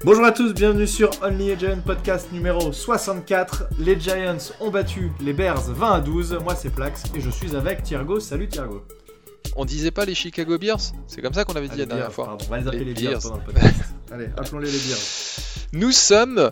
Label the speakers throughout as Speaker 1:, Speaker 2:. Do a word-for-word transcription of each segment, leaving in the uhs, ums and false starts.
Speaker 1: Bonjour à tous, bienvenue sur Only a Giant Podcast numéro soixante-quatre. Les Giants ont battu les Bears vingt à douze. Moi c'est Plax et je suis avec Thiergo. Salut Thiergo.
Speaker 2: On disait pas les Chicago Bears? C'est comme ça qu'on avait dit ah, la dernière
Speaker 1: Bears,
Speaker 2: fois.
Speaker 1: Pardon, on va les appeler les, les Bears pendant le podcast. Allez, appelons-les les Bears.
Speaker 2: Nous sommes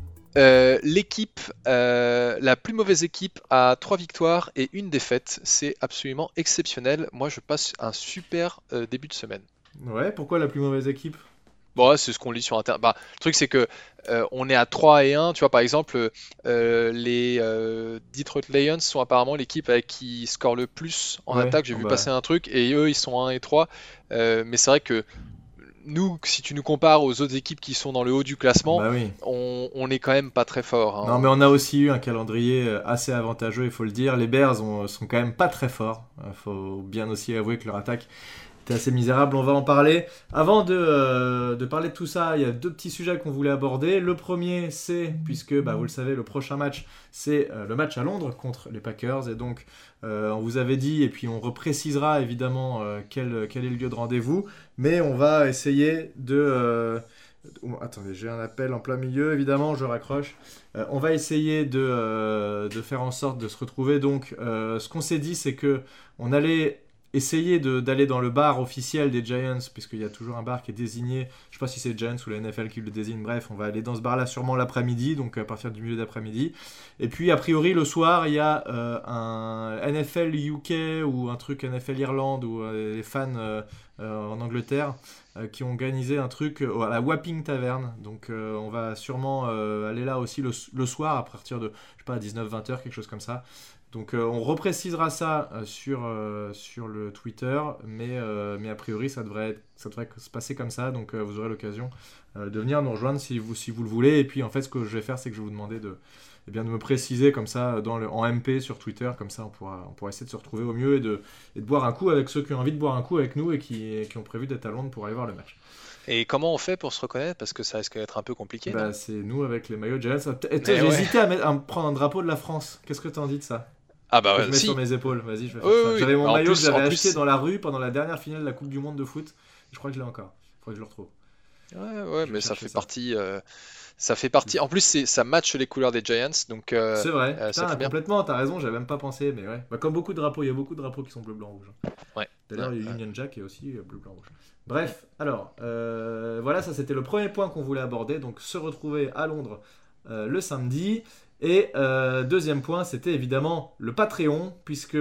Speaker 2: euh, l'équipe, euh, la plus mauvaise équipe à trois victoires et une défaite. C'est absolument exceptionnel. Moi je passe un super euh, début de semaine.
Speaker 1: Ouais, pourquoi la plus mauvaise équipe?
Speaker 2: Bon, c'est ce qu'on lit sur Internet. Bah, le truc, c'est que euh, on est à trois et un. Tu vois, par exemple, euh, les euh, Detroit Lions sont apparemment l'équipe avec qui score le plus en ouais, attaque. J'ai bah... vu passer un truc et eux, ils sont à un et trois. Euh, mais c'est vrai que nous, si tu nous compares aux autres équipes qui sont dans le haut du classement,
Speaker 1: bah oui.
Speaker 2: on, on est quand même pas très fort. Hein.
Speaker 1: Non, mais on a aussi eu un calendrier assez avantageux, il faut le dire. Les Bears ont, sont quand même pas très forts. Il faut bien aussi avouer que leur attaque c'était assez misérable, on va en parler. Avant de, euh, de parler de tout ça, il y a deux petits sujets qu'on voulait aborder. Le premier, c'est, puisque bah, vous le savez, le prochain match, c'est euh, le match à Londres contre les Packers. Et donc, euh, on vous avait dit, et puis on reprécisera évidemment euh, quel, quel est le lieu de rendez-vous. Mais on va essayer de... Euh... Oh, attendez, j'ai un appel en plein milieu, évidemment, je raccroche. Euh, on va essayer de, euh, de faire en sorte de se retrouver. Donc, euh, ce qu'on s'est dit, c'est qu'on allait... Essayez de, d'aller dans le bar officiel des Giants, puisqu'il y a toujours un bar qui est désigné. Je ne sais pas si c'est Giants ou la N F L qui le désigne. Bref, on va aller dans ce bar-là sûrement l'après-midi, donc à partir du milieu d'après-midi. Et puis, a priori, le soir, il y a euh, un N F L U K ou un truc N F L Irlande ou euh, les fans euh, euh, en Angleterre euh, qui ont organisé un truc euh, à la Wapping Tavern. Donc, euh, on va sûrement euh, aller là aussi le, le soir à partir de, je sais pas, dix-neuf vingt heures, quelque chose comme ça. Donc euh, on reprécisera ça euh, sur, euh, sur le Twitter, mais, euh, mais a priori ça devrait, être, ça devrait se passer comme ça, donc euh, vous aurez l'occasion euh, de venir nous rejoindre si vous, si vous le voulez. Et puis en fait ce que je vais faire, c'est que je vais vous demander de, eh bien, de me préciser comme ça dans le, en M P sur Twitter, comme ça on pourra, on pourra essayer de se retrouver au mieux et de, et de boire un coup avec ceux qui ont envie de boire un coup avec nous et qui, et qui ont prévu d'être à Londres pour aller voir le match.
Speaker 2: Et comment on fait pour se reconnaître? Parce que ça risque d'être un peu compliqué.
Speaker 1: Bah, c'est nous avec les maillots Giants. J'ai ouais. hésité à, mettre, à prendre un drapeau de la France. Qu'est-ce que t'en dis de ça?
Speaker 2: Ah bah
Speaker 1: que
Speaker 2: ouais,
Speaker 1: je mets
Speaker 2: si.
Speaker 1: sur mes épaules, vas-y, je vais faire
Speaker 2: oui,
Speaker 1: ça.
Speaker 2: Oui,
Speaker 1: J'avais mon
Speaker 2: en
Speaker 1: maillot
Speaker 2: plus,
Speaker 1: que j'avais
Speaker 2: plus...
Speaker 1: acheté dans la rue pendant la dernière finale de la Coupe du Monde de foot. Je crois que je l'ai encore. Il faudrait que je le retrouve.
Speaker 2: Ouais, ouais, mais ça fait ça. partie. Euh, ça fait partie. En plus, c'est, ça matche les couleurs des Giants, donc. Euh,
Speaker 1: c'est vrai.
Speaker 2: Euh,
Speaker 1: Putain, complètement. T'as raison. J'avais même pas pensé, mais ouais. Bah, comme beaucoup de drapeaux, il y a beaucoup de drapeaux qui sont bleu, blanc, rouge.
Speaker 2: Ouais.
Speaker 1: D'ailleurs,
Speaker 2: ouais,
Speaker 1: le
Speaker 2: ouais.
Speaker 1: Union Jack est aussi bleu, blanc, rouge. Bref, alors, euh, voilà, ça c'était le premier point qu'on voulait aborder. Donc, se retrouver à Londres euh, le samedi. Et euh, deuxième point, c'était évidemment le Patreon, puisque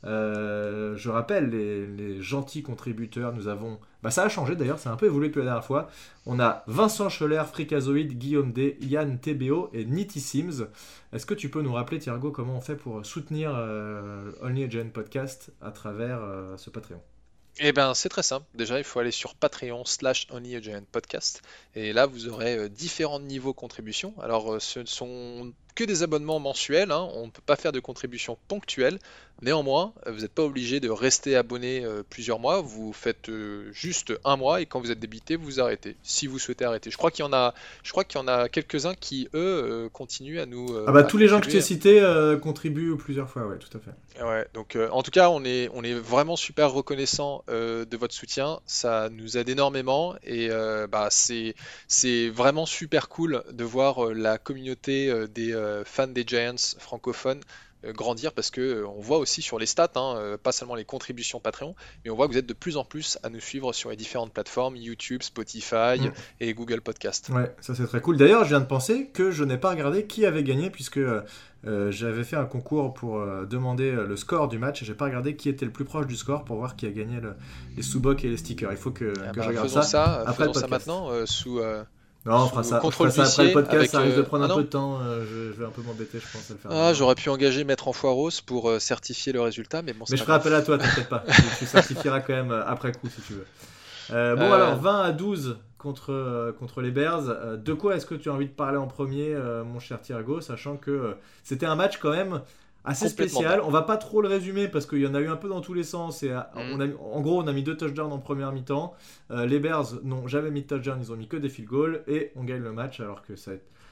Speaker 1: euh, je rappelle les, les gentils contributeurs, nous avons, bah ça a changé d'ailleurs, ça a un peu évolué depuis la dernière fois. On a Vincent Scholler, Fricazoïde, Guillaume D, Yann T B O et Nitty Sims. Est-ce que tu peux nous rappeler, Thiergo, comment on fait pour soutenir euh, Only a Giant Podcast à travers euh, ce Patreon?
Speaker 2: Eh bien, c'est très simple. Déjà, il faut aller sur Patreon slash Only a Giant Podcast. Et là, vous aurez euh, différents niveaux de contribution. Alors, euh, ce ne sont que des abonnements mensuels. Hein. On ne peut pas faire de contributions ponctuelles. Néanmoins, vous n'êtes pas obligé de rester abonné euh, plusieurs mois. Vous faites euh, juste un mois et quand vous êtes débité, vous arrêtez. Si vous souhaitez arrêter. Je crois qu'il y en a, je crois qu'il y en a quelques-uns qui, eux, euh, continuent à nous... Euh,
Speaker 1: ah bah tous les gens que je t'ai cités euh, contribuent plusieurs fois, ouais, tout à fait.
Speaker 2: Ouais, donc euh, en tout cas, on est, on est vraiment super reconnaissant euh, de votre soutien. Ça nous aide énormément et euh, bah, c'est, c'est vraiment super cool de voir euh, la communauté euh, des euh, fans des Giants francophones euh, grandir parce que euh, on voit aussi sur les stats, hein, euh, pas seulement les contributions Patreon, mais on voit que vous êtes de plus en plus à nous suivre sur les différentes plateformes YouTube, Spotify mmh. et Google Podcast.
Speaker 1: Ouais, ça c'est très cool. D'ailleurs, je viens de penser que je n'ai pas regardé qui avait gagné puisque euh, j'avais fait un concours pour euh, demander le score du match et j'ai pas regardé qui était le plus proche du score pour voir qui a gagné le, les sous-bocs et les stickers. Il faut que,
Speaker 2: ah
Speaker 1: que
Speaker 2: bah,
Speaker 1: je regarde
Speaker 2: faisons
Speaker 1: ça,
Speaker 2: ça
Speaker 1: après
Speaker 2: faisons
Speaker 1: le
Speaker 2: ça maintenant euh, sous. Euh...
Speaker 1: Non, on fera ça, on fera ça après le podcast, avec, ça risque de prendre euh... un ah peu de temps, euh, je, je vais un peu m'embêter je pense à le faire.
Speaker 2: Ah, j'aurais pu engager Maître en Foiros pour euh, certifier le résultat, mais bon c'est
Speaker 1: Mais je ferai appel à toi, t'inquiète pas, tu, tu certifieras quand même après coup si tu veux. Euh, bon euh... alors, vingt à douze contre, euh, contre les Bears, euh, de quoi est-ce que tu as envie de parler en premier, euh, mon cher Thiergo, sachant que euh, c'était un match quand même assez spécial. On va pas trop le résumer parce qu'il y en a eu un peu dans tous les sens. Et mm. on a, en gros, on a mis deux touchdowns en première mi-temps. Euh, les Bears n'ont jamais mis de touchdown, ils ont mis que des field goals et on gagne le match alors que ça,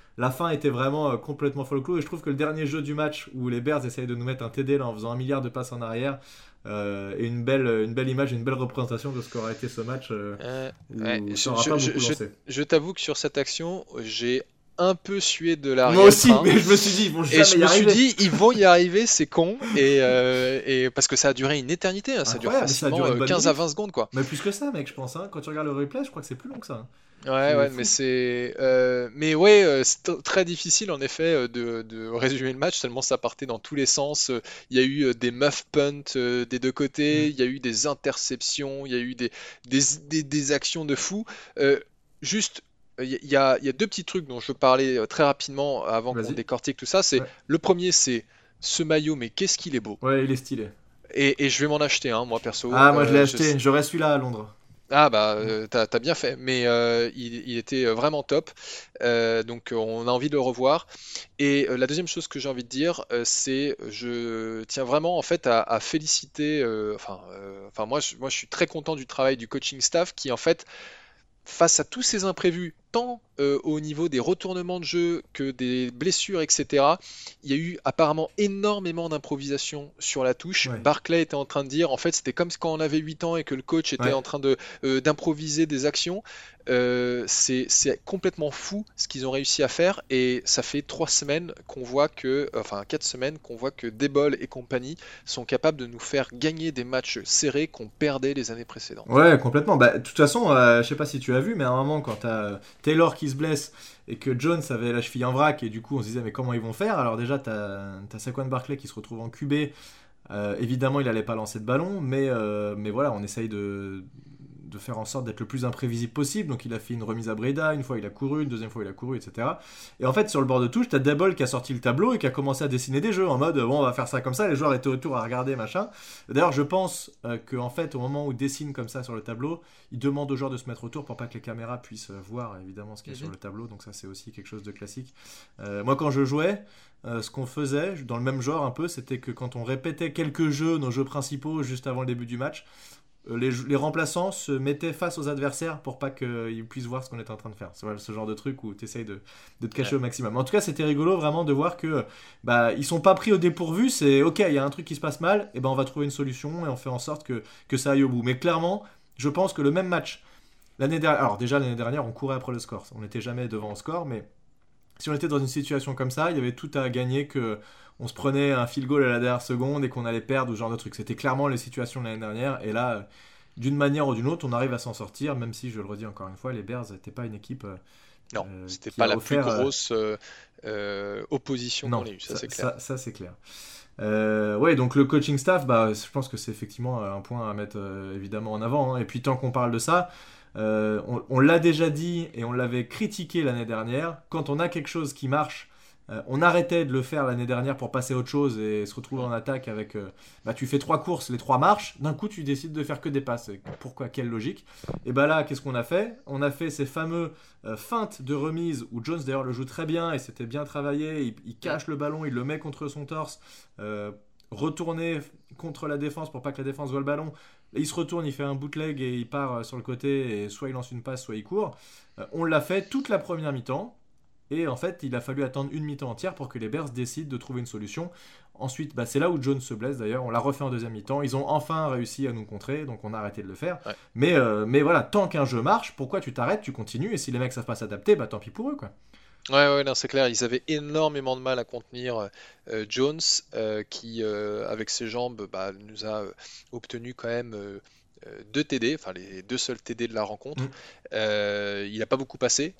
Speaker 1: la fin était vraiment euh, complètement folklore. Et je trouve que le dernier jeu du match où les Bears essayent de nous mettre un T D là, en faisant un milliard de passes en arrière, euh, et une belle, une belle image, une belle représentation de ce qu'aurait été ce match euh,
Speaker 2: Euh,
Speaker 1: où
Speaker 2: ouais,
Speaker 1: ça
Speaker 2: je,
Speaker 1: n'aura
Speaker 2: je-
Speaker 1: pas
Speaker 2: je-
Speaker 1: beaucoup
Speaker 2: je-
Speaker 1: lancé.
Speaker 2: je t'avoue que sur cette action, j'ai un peu sué de
Speaker 1: Moi aussi,
Speaker 2: l'arrière-train.
Speaker 1: mais je me suis dit, ils vont
Speaker 2: Et
Speaker 1: jamais
Speaker 2: je
Speaker 1: y
Speaker 2: me suis
Speaker 1: arriver.
Speaker 2: dit, ils vont y arriver, c'est con. Et, euh, et parce que ça a duré une éternité, hein, ça dure
Speaker 1: Incroyable, mais ça a
Speaker 2: facilement
Speaker 1: duré une
Speaker 2: euh,
Speaker 1: bonne
Speaker 2: quinze à
Speaker 1: minute.
Speaker 2: vingt secondes, quoi.
Speaker 1: Mais plus que ça, mec, je pense. Hein. Quand tu regardes le replay, je crois que c'est plus long que ça. Hein.
Speaker 2: Ouais,
Speaker 1: C'est
Speaker 2: ouais, mais
Speaker 1: fou.
Speaker 2: c'est. euh, mais ouais, euh, c'est t- très difficile en effet euh, de, de résumer le match, tellement ça partait dans tous les sens. Euh, Il y a eu euh, des muff punts euh, des deux côtés,
Speaker 1: Mm.
Speaker 2: il y a eu des interceptions, il y a eu des, des, des- des actions de fou. Euh, juste, euh, il y, a, il y a il y a deux petits trucs dont je veux parler euh, très rapidement avant qu'on
Speaker 1: Vas-y.
Speaker 2: décortique tout ça. C'est
Speaker 1: Ouais.
Speaker 2: le premier, c'est ce maillot, mais qu'est-ce qu'il est beau.
Speaker 1: Ouais, il est stylé.
Speaker 2: Et, et je vais m'en acheter un, moi perso.
Speaker 1: Ah, moi je l'ai
Speaker 2: Euh, je,
Speaker 1: acheté. J'aurais celui-là à Londres.
Speaker 2: ah bah
Speaker 1: Mm.
Speaker 2: euh, t'as, t'as bien fait, mais euh, il, il était euh, vraiment top. Euh, donc euh, on a envie de le revoir. Et euh, la deuxième chose que j'ai envie de dire, euh, c'est je tiens vraiment en fait à, à féliciter. euh, enfin, euh, enfin moi je, moi je suis très content du travail du coaching staff qui en fait face à tous ces imprévus, tant euh, au niveau des retournements de jeu que des blessures, et cetera, il y a eu apparemment énormément d'improvisation sur la touche.
Speaker 1: Ouais.
Speaker 2: Barclay était en train de dire, en fait, c'était comme quand on avait huit ans et que le coach était
Speaker 1: Ouais.
Speaker 2: en train de, euh, d'improviser des actions. Euh, c'est, c'est complètement fou ce qu'ils ont réussi à faire et ça fait trois semaines qu'on voit que, enfin quatre semaines qu'on voit que Daboll et compagnie sont capables de nous faire gagner des matchs serrés qu'on perdait les années précédentes.
Speaker 1: Ouais, complètement. Bah, de toute façon, euh, je sais pas si tu as vu, mais à un moment, quand t'as euh, Taylor qui se blesse et que Jones avait la cheville en vrac, et du coup, on se disait, mais comment ils vont faire? Alors, déjà, t'as as Saquon Barkley qui se retrouve en Q B. Euh, évidemment, il allait pas lancer de ballon, mais, euh, mais voilà, on essaye de, de faire en sorte d'être le plus imprévisible possible. Donc, il a fait une remise à Breda, une fois il a couru, une deuxième fois il a couru, et cetera. Et en fait, sur le bord de touche, t'as Daboll qui a sorti le tableau et qui a commencé à dessiner des jeux en mode, bon, on va faire ça comme ça. Les joueurs étaient autour à regarder, machin. D'ailleurs, je pense euh, qu'en fait, au moment où il dessine comme ça sur le tableau, il demande aux joueurs de se mettre autour pour pas que les caméras puissent euh, voir évidemment ce qu'il y a sur
Speaker 2: Mhm.
Speaker 1: le tableau. Donc ça, c'est aussi quelque chose de classique. Euh, moi, quand je jouais, euh, ce qu'on faisait dans le même genre un peu, c'était que quand on répétait quelques jeux, nos jeux principaux, juste avant le début du match, euh, les, les remplaçants se mettaient face aux adversaires pour pas qu'ils puissent voir ce qu'on était en train de faire. C'est voilà, ce genre de truc où tu essayes de, de te cacher
Speaker 2: Ouais.
Speaker 1: au maximum. En tout cas, c'était rigolo vraiment de voir que bah, ils sont pas pris au dépourvu. C'est ok, il y a un truc qui se passe mal, et ben on va trouver une solution et on fait en sorte que, que ça aille au bout. Mais clairement, je pense que le même match, l'année dernière, alors déjà l'année dernière, on courait après le score. On n'était jamais devant au score, mais si on était dans une situation comme ça, il y avait tout à gagner que on se prenait un field goal à la dernière seconde et qu'on allait perdre ou ce genre de truc. C'était clairement les situations de l'année dernière. Et là, euh, d'une manière ou d'une autre, on arrive à s'en sortir, même si, je le redis encore une fois, les Bears n'étaient pas une équipe euh,
Speaker 2: Non,
Speaker 1: euh,
Speaker 2: c'était
Speaker 1: qui
Speaker 2: pas
Speaker 1: a
Speaker 2: la plus
Speaker 1: offert... euh,
Speaker 2: grosse euh, euh, opposition qu'on
Speaker 1: Non,
Speaker 2: ait eue, ça
Speaker 1: ça,
Speaker 2: c'est clair.
Speaker 1: ça, ça, c'est clair. Euh, ouais, donc le coaching staff, bah, je pense que c'est effectivement un point à mettre euh, évidemment en avant. Hein. Et puis tant qu'on parle de ça, euh, on, on l'a déjà dit et on l'avait critiqué l'année dernière. Quand on a quelque chose qui marche, euh, on arrêtait de le faire l'année dernière pour passer à autre chose et se retrouver en attaque avec. Euh, bah, tu fais trois courses, les trois marchent. D'un coup, tu décides de faire que des passes. Et pourquoi? Quelle logique? Et bah là, qu'est-ce qu'on a fait? On a fait ces fameux euh, feintes de remise où Jones d'ailleurs le joue très bien et c'était bien travaillé. Il, il cache le ballon, il le met contre son torse. Euh, retourner contre la défense pour pas que la défense voit le ballon. Et il se retourne, il fait un bootleg et il part euh, sur le côté et soit il lance une passe, soit il court. Euh, on l'a fait toute la première mi-temps et en fait il a fallu attendre une mi-temps entière pour que les Bears décident de trouver une solution. Ensuite, bah, c'est là où Jones se blesse d'ailleurs, on l'a refait en deuxième mi-temps, ils ont enfin réussi à nous contrer, donc on a arrêté de le faire.
Speaker 2: Ouais.
Speaker 1: Mais, euh, mais voilà, tant qu'un jeu marche, pourquoi tu t'arrêtes, tu continues et si les mecs savent pas s'adapter, bah tant pis pour eux quoi.
Speaker 2: Ouais, ouais, non, c'est clair, ils avaient énormément de mal à contenir euh, Jones, euh, qui, euh, avec ses jambes, bah, nous a euh, obtenu quand même euh, euh, deux T D, enfin les deux seuls T D de la rencontre.
Speaker 1: Mm.
Speaker 2: Euh, il n'a pas beaucoup passé.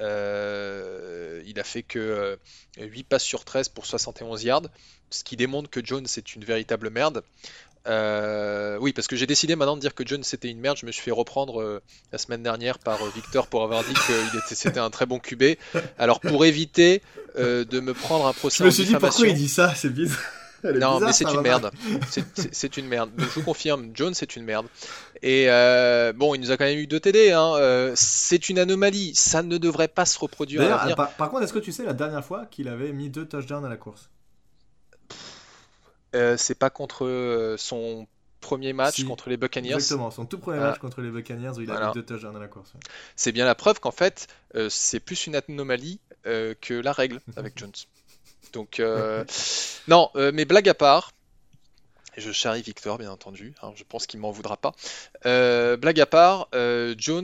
Speaker 2: Euh, il a fait que euh, huit passes sur treize pour soixante et onze yards, ce qui démontre que Jones est une véritable merde. Euh, oui, parce que j'ai décidé maintenant de dire que Jones c'était une merde. Je me suis fait reprendre euh, la semaine dernière par euh, Victor pour avoir dit que il était, c'était un très bon Q B. Alors pour éviter euh, de me prendre un procès
Speaker 1: Je me
Speaker 2: en
Speaker 1: suis dit pourquoi il
Speaker 2: diffamation,
Speaker 1: dit ça, c'est bizarre. Elle est
Speaker 2: non,
Speaker 1: bizarre,
Speaker 2: mais c'est
Speaker 1: ça,
Speaker 2: une
Speaker 1: remarque.
Speaker 2: merde. C'est c'est- c'est une merde. Donc, je vous confirme, Jones c'est une merde. Et euh, bon, il nous a quand même eu deux T D. Hein. Euh, c'est une anomalie. Ça ne devrait pas se reproduire à
Speaker 1: D'ailleurs,
Speaker 2: l'avenir.
Speaker 1: par, par contre, est-ce que tu sais la dernière fois qu'il avait mis deux touchdowns à la course?
Speaker 2: Euh, c'est pas contre euh, son premier match
Speaker 1: Si,
Speaker 2: contre les Buccaneers.
Speaker 1: exactement. Son tout premier
Speaker 2: Ah,
Speaker 1: match contre les Buccaneers où il a
Speaker 2: voilà.
Speaker 1: mis deux touchdowns à la course. Ouais.
Speaker 2: C'est bien la preuve qu'en fait, euh, c'est plus une anomalie euh, que la règle avec Jones. Donc, euh, non, euh, mais blague à part, et je charrie Victor, bien entendu, hein, je pense qu'il m'en voudra pas. Euh, blague à part, euh, Jones,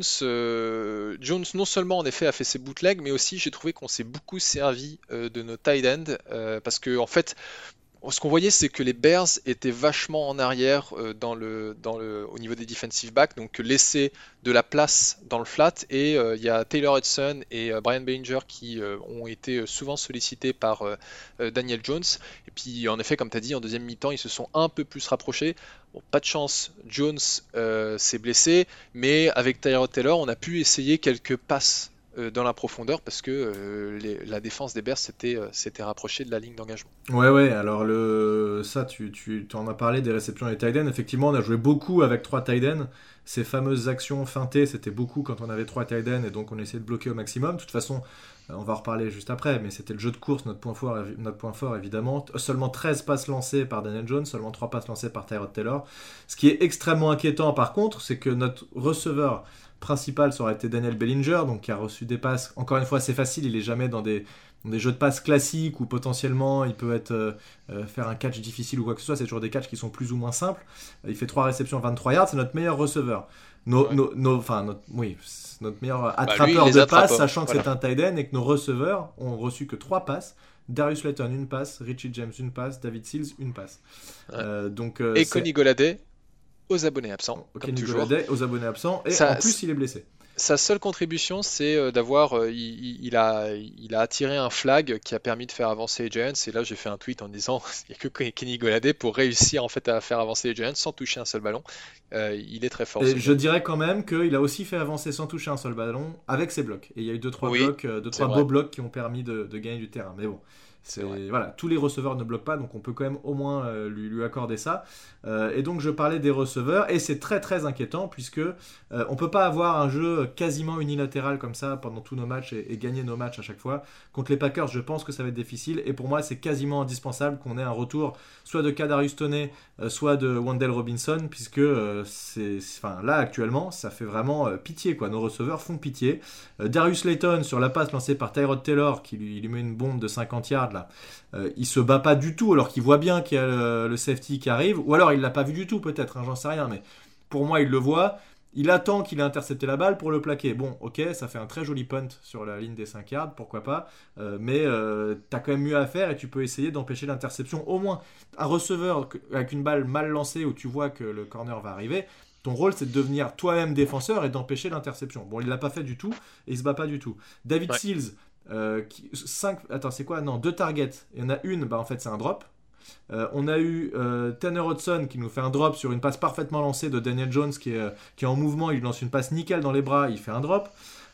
Speaker 2: euh, Jones non seulement en effet a fait ses bootlegs, mais aussi j'ai trouvé qu'on s'est beaucoup servi euh, de nos tight ends, euh, parce que en fait, ce qu'on voyait, c'est que les Bears étaient vachement en arrière euh, dans le, dans le, au niveau des defensive backs, donc laissaient de la place dans le flat. Et euh, il y a Taylor Hudson et euh, Brian Bellinger qui euh, ont été souvent sollicités par euh, euh, Daniel Jones. Et puis, en effet, comme tu as dit, en deuxième mi-temps, ils se sont un peu plus rapprochés. Bon, pas de chance, Jones euh, s'est blessé, mais avec Tyrod Taylor, on a pu essayer quelques passes euh, dans la profondeur parce que euh, les- la défense des Bears s'était euh, s'était rapprochée de la ligne d'engagement.
Speaker 1: Ouais, ouais, alors le... ça, tu, tu en as parlé des réceptions des tight ends. Effectivement, on a joué beaucoup avec trois tight ends. Ces fameuses actions feintées, c'était beaucoup quand on avait trois tight ends et donc on essayait de bloquer au maximum. De toute façon, euh, on va en reparler juste après, mais c'était le jeu de course, notre point fort, évi- notre point fort évidemment. Seulement treize passes lancées par Daniel Jones, seulement trois passes lancées par Tyrod Taylor. Ce qui est extrêmement inquiétant par contre, c'est que notre receveur principal, ça aurait été Daniel Bellinger, donc qui a reçu des passes. Encore une fois, c'est facile, il est jamais dans des dans des jeux de passes classiques où potentiellement il peut être euh, euh, faire un catch difficile ou quoi que ce soit, c'est toujours des catchs qui sont plus ou moins simples. Euh, Il fait trois réceptions, vingt-trois yards, c'est notre meilleur receveur. Nos,
Speaker 2: Ouais.
Speaker 1: nos, nos- enfin, notre, oui, c'est notre meilleur
Speaker 2: Bah, lui, il
Speaker 1: attrapeur
Speaker 2: les
Speaker 1: de
Speaker 2: attrape
Speaker 1: passes,
Speaker 2: pas.
Speaker 1: sachant que
Speaker 2: Voilà.
Speaker 1: c'est un tight end et que nos receveurs ont reçu que trois passes. Darius Slayton, une passe. Richie James, une passe. David Seals, une passe.
Speaker 2: Ouais.
Speaker 1: Euh, donc, euh,
Speaker 2: Et
Speaker 1: c'est
Speaker 2: Connie Golladay aux abonnés absents, comme
Speaker 1: Kenny
Speaker 2: toujours.
Speaker 1: Golladay aux abonnés absents. Et
Speaker 2: Ça,
Speaker 1: en plus, il est blessé.
Speaker 2: Sa seule contribution, c'est euh, d'avoir, euh, il, il- il a, il a attiré un flag qui a permis de faire avancer les Giants. Et là, j'ai fait un tweet en disant, il n'y a que Kenny Golladay pour réussir en fait à faire avancer les Giants sans toucher un seul ballon. Euh, il est très fort, ce
Speaker 1: Et je
Speaker 2: jeune.
Speaker 1: dirais quand même qu'il a aussi fait avancer sans toucher un seul ballon avec ses blocs. Et il y a eu deux trois
Speaker 2: Oui,
Speaker 1: blocs, euh, deux
Speaker 2: c'est
Speaker 1: trois
Speaker 2: vrai,
Speaker 1: beaux blocs qui ont permis de, de gagner du terrain. Mais bon,
Speaker 2: c'est
Speaker 1: c'est
Speaker 2: vrai.
Speaker 1: voilà, tous les receveurs ne bloquent pas, donc on peut quand même au moins euh, lui, lui accorder ça. Euh, et donc je parlais des receveurs et c'est très très inquiétant puisque euh, on peut pas avoir un jeu quasiment unilatéral comme ça pendant tous nos matchs et, et gagner nos matchs à chaque fois. Contre les Packers, je pense que ça va être difficile et pour moi c'est quasiment indispensable qu'on ait un retour soit de Kadarius Toney, euh, soit de Wendell Robinson puisque euh, c'est, enfin là actuellement ça fait vraiment euh, pitié quoi. Nos receveurs font pitié. Euh, Darius Slayton sur la passe lancée par Tyrod Taylor qui lui, il lui met une bombe de cinquante yards là. Euh, il se bat pas du tout alors qu'il voit bien qu'il y a le, le safety qui arrive ou alors il l'a pas vu du tout peut-être, hein, j'en sais rien mais pour moi il le voit, il attend qu'il ait intercepté la balle pour le plaquer. Bon, ok, ça fait un très joli punt sur la ligne des cinq yards, pourquoi pas, euh, mais euh, t'as quand même mieux à faire et tu peux essayer d'empêcher l'interception. Au moins, un receveur avec une balle mal lancée où tu vois que le corner va arriver, ton rôle c'est de devenir toi-même défenseur et d'empêcher l'interception. Bon, il l'a pas fait du tout et il se bat pas du tout. David
Speaker 2: Ouais.
Speaker 1: Seals, euh, qui, cinq, attends, c'est quoi? Non, deux targets. Il y en a une, bah en fait c'est un drop. Euh, on a eu euh, Tanner Hudson qui nous fait un drop sur une passe parfaitement lancée de Daniel Jones qui est, euh, qui est en mouvement, il lui lance une passe nickel dans les bras, il fait un drop.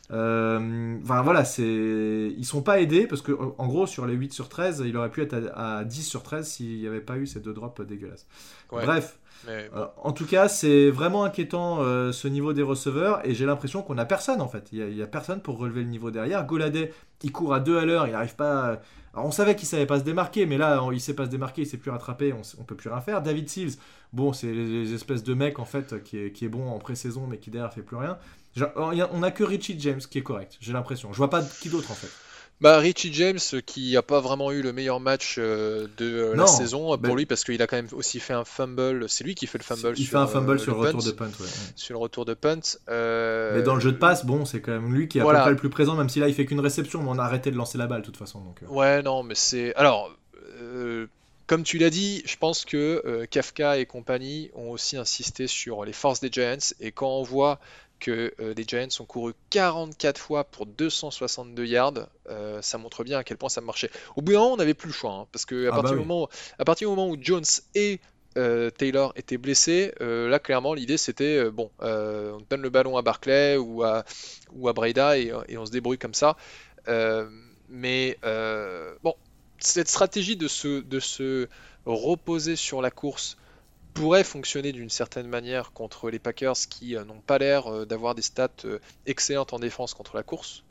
Speaker 1: Euh, Enfin voilà, c'est... ils sont pas aidés parce que en gros sur les huit sur treize, il aurait pu être à, à dix sur treize s'il n'y avait pas eu ces deux drops dégueulasses.
Speaker 2: Ouais.
Speaker 1: Bref,
Speaker 2: Mais
Speaker 1: euh,
Speaker 2: bon.
Speaker 1: en tout cas, c'est vraiment inquiétant euh, ce niveau des receveurs et j'ai l'impression qu'on a personne en fait. Il y a, il y a personne pour relever le niveau derrière. Golladay, il court à deux à l'heure, il n'arrive pas. à- Alors, on savait qu'il savait pas se démarquer, mais là, il sait pas se démarquer, il sait plus rattraper, on, s- on peut plus rien faire. David Seals, bon, c'est les, les espèces de mecs en fait qui est, qui est bon en pré-saison, mais qui derrière fait plus rien. Genre, il y a- on a que Richie James qui est correct, j'ai l'impression. Je vois pas qui d'autre en fait.
Speaker 2: Bah, Richie James, euh, qui n'a pas vraiment eu le meilleur match euh, de euh, la
Speaker 1: Non,
Speaker 2: saison, euh, pour
Speaker 1: ben,
Speaker 2: lui, parce qu'il a quand même aussi fait un fumble. C'est lui qui fait le fumble
Speaker 1: il fait
Speaker 2: sur
Speaker 1: un fumble
Speaker 2: euh,
Speaker 1: sur
Speaker 2: le
Speaker 1: le retour
Speaker 2: punt,
Speaker 1: de punt, ouais. Ouais.
Speaker 2: sur le retour de punt.
Speaker 1: Mais dans le jeu de
Speaker 2: Euh,
Speaker 1: passe, bon, c'est quand même lui qui est à peu près
Speaker 2: voilà.
Speaker 1: le plus présent, même si là il fait qu'une réception, mais on a arrêté de lancer la balle de toute façon. Donc, euh.
Speaker 2: Ouais, non, mais c'est. Alors, euh, comme tu l'as dit, je pense que euh, Kafka et compagnie ont aussi insisté sur les forces des Giants. Et quand on voit que euh, les Giants ont couru quarante-quatre fois pour deux cent soixante-deux yards, euh, ça montre bien à quel point ça marchait. Au bout d'un moment, on n'avait plus le choix, hein, parce que à
Speaker 1: Ah bah
Speaker 2: partir du
Speaker 1: oui.
Speaker 2: moment, à partir du moment où Jones et euh, Taylor étaient blessés, euh, là clairement l'idée c'était euh, bon, euh, on donne le ballon à Barclay ou à, ou à Breda et, et on se débrouille comme ça. Euh, mais euh, bon, cette stratégie de se, de se reposer sur la course pourrait fonctionner d'une certaine manière contre les Packers qui euh, n'ont pas l'air euh, d'avoir des stats euh, excellentes en défense contre la course.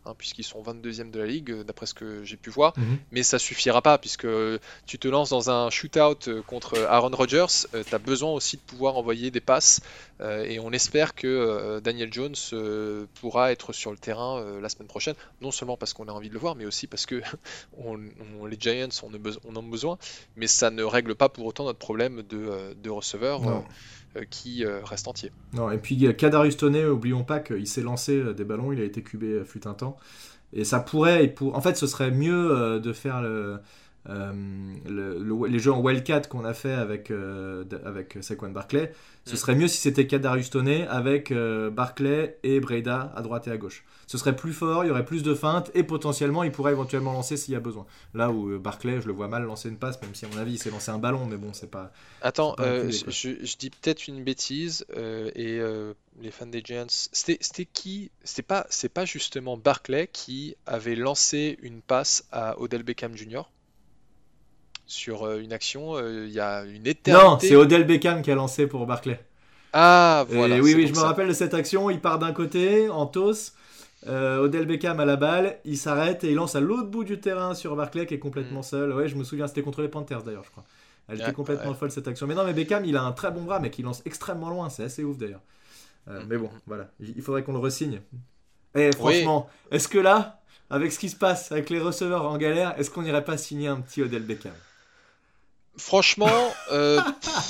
Speaker 2: hein, puisqu'ils sont vingt-deuxième de la ligue, euh, d'après ce que j'ai pu voir.
Speaker 1: Mhm.
Speaker 2: Mais ça suffira pas, puisque euh, tu te lances dans un shootout euh, contre Aaron Rodgers, tu as besoin aussi de pouvoir envoyer des passes, euh, et on espère que euh, Daniel Jones euh, pourra être sur le terrain euh, la semaine prochaine, non seulement parce qu'on a envie de le voir, mais aussi parce que on- on- les Giants on, a beso- on en a besoin, mais ça ne règle pas pour autant notre problème de, euh, de receveur euh,
Speaker 1: Non.
Speaker 2: euh, qui euh, reste entier.
Speaker 1: Non, et puis euh, Kadarius Toney, oublions pas qu'il s'est lancé euh, des ballons, il a été cubé euh, fut un temps. Et ça pourrait, et pour... en fait, ce serait mieux euh, de faire le, euh, le- le- les jeux en Wildcat qu'on a fait avec, euh, d- avec Saquon Barkley. Ce
Speaker 2: Mm.
Speaker 1: serait mieux si c'était Kadarius Toney avec euh, Barkley et Breda à droite et à gauche. Ce serait plus fort, il y aurait plus de feintes et potentiellement il pourrait éventuellement lancer s'il y a besoin. Là où euh, Barkley, je le vois mal lancer une passe, même si à mon avis il s'est lancé un ballon, mais bon, c'est pas, c'est
Speaker 2: Attends,
Speaker 1: pas un
Speaker 2: euh,
Speaker 1: Q B,
Speaker 2: je,
Speaker 1: quoi.
Speaker 2: je- je dis peut-être une bêtise, euh, et euh, les fans des Giants, c'était c'était qui? C'était pas, c'est pas justement Barkley qui avait lancé une passe à Odell Beckham Junior sur euh, une action euh, il y a une
Speaker 1: Non, c'est
Speaker 2: éternité?
Speaker 1: Odell Beckham qui a lancé pour Barkley.
Speaker 2: Ah,
Speaker 1: Et
Speaker 2: voilà,
Speaker 1: oui,
Speaker 2: c'est
Speaker 1: oui, je
Speaker 2: donc
Speaker 1: me
Speaker 2: ça.
Speaker 1: rappelle de cette action. Il part d'un côté, en toss. Euh, Odell Beckham à la balle. Il s'arrête et il lance à l'autre bout du terrain sur Barkley qui est
Speaker 2: Hmm.
Speaker 1: complètement seul. Ouais, je me souviens, c'était contre les Panthers d'ailleurs, je crois. Elle était
Speaker 2: Ouais,
Speaker 1: complètement
Speaker 2: ouais.
Speaker 1: folle cette action. Mais non, mais Beckham, il a un très bon bras, mais qui lance extrêmement loin. C'est assez ouf d'ailleurs. Euh,
Speaker 2: Hmm,
Speaker 1: mais
Speaker 2: hmm,
Speaker 1: bon,
Speaker 2: hmm.
Speaker 1: voilà. Il il faudrait qu'on le resigne. Et
Speaker 2: Oui,
Speaker 1: franchement, est-ce que là, avec ce qui se passe, avec les receveurs en galère, est-ce qu'on n'irait pas signer un petit Odell Beckham?
Speaker 2: franchement, euh,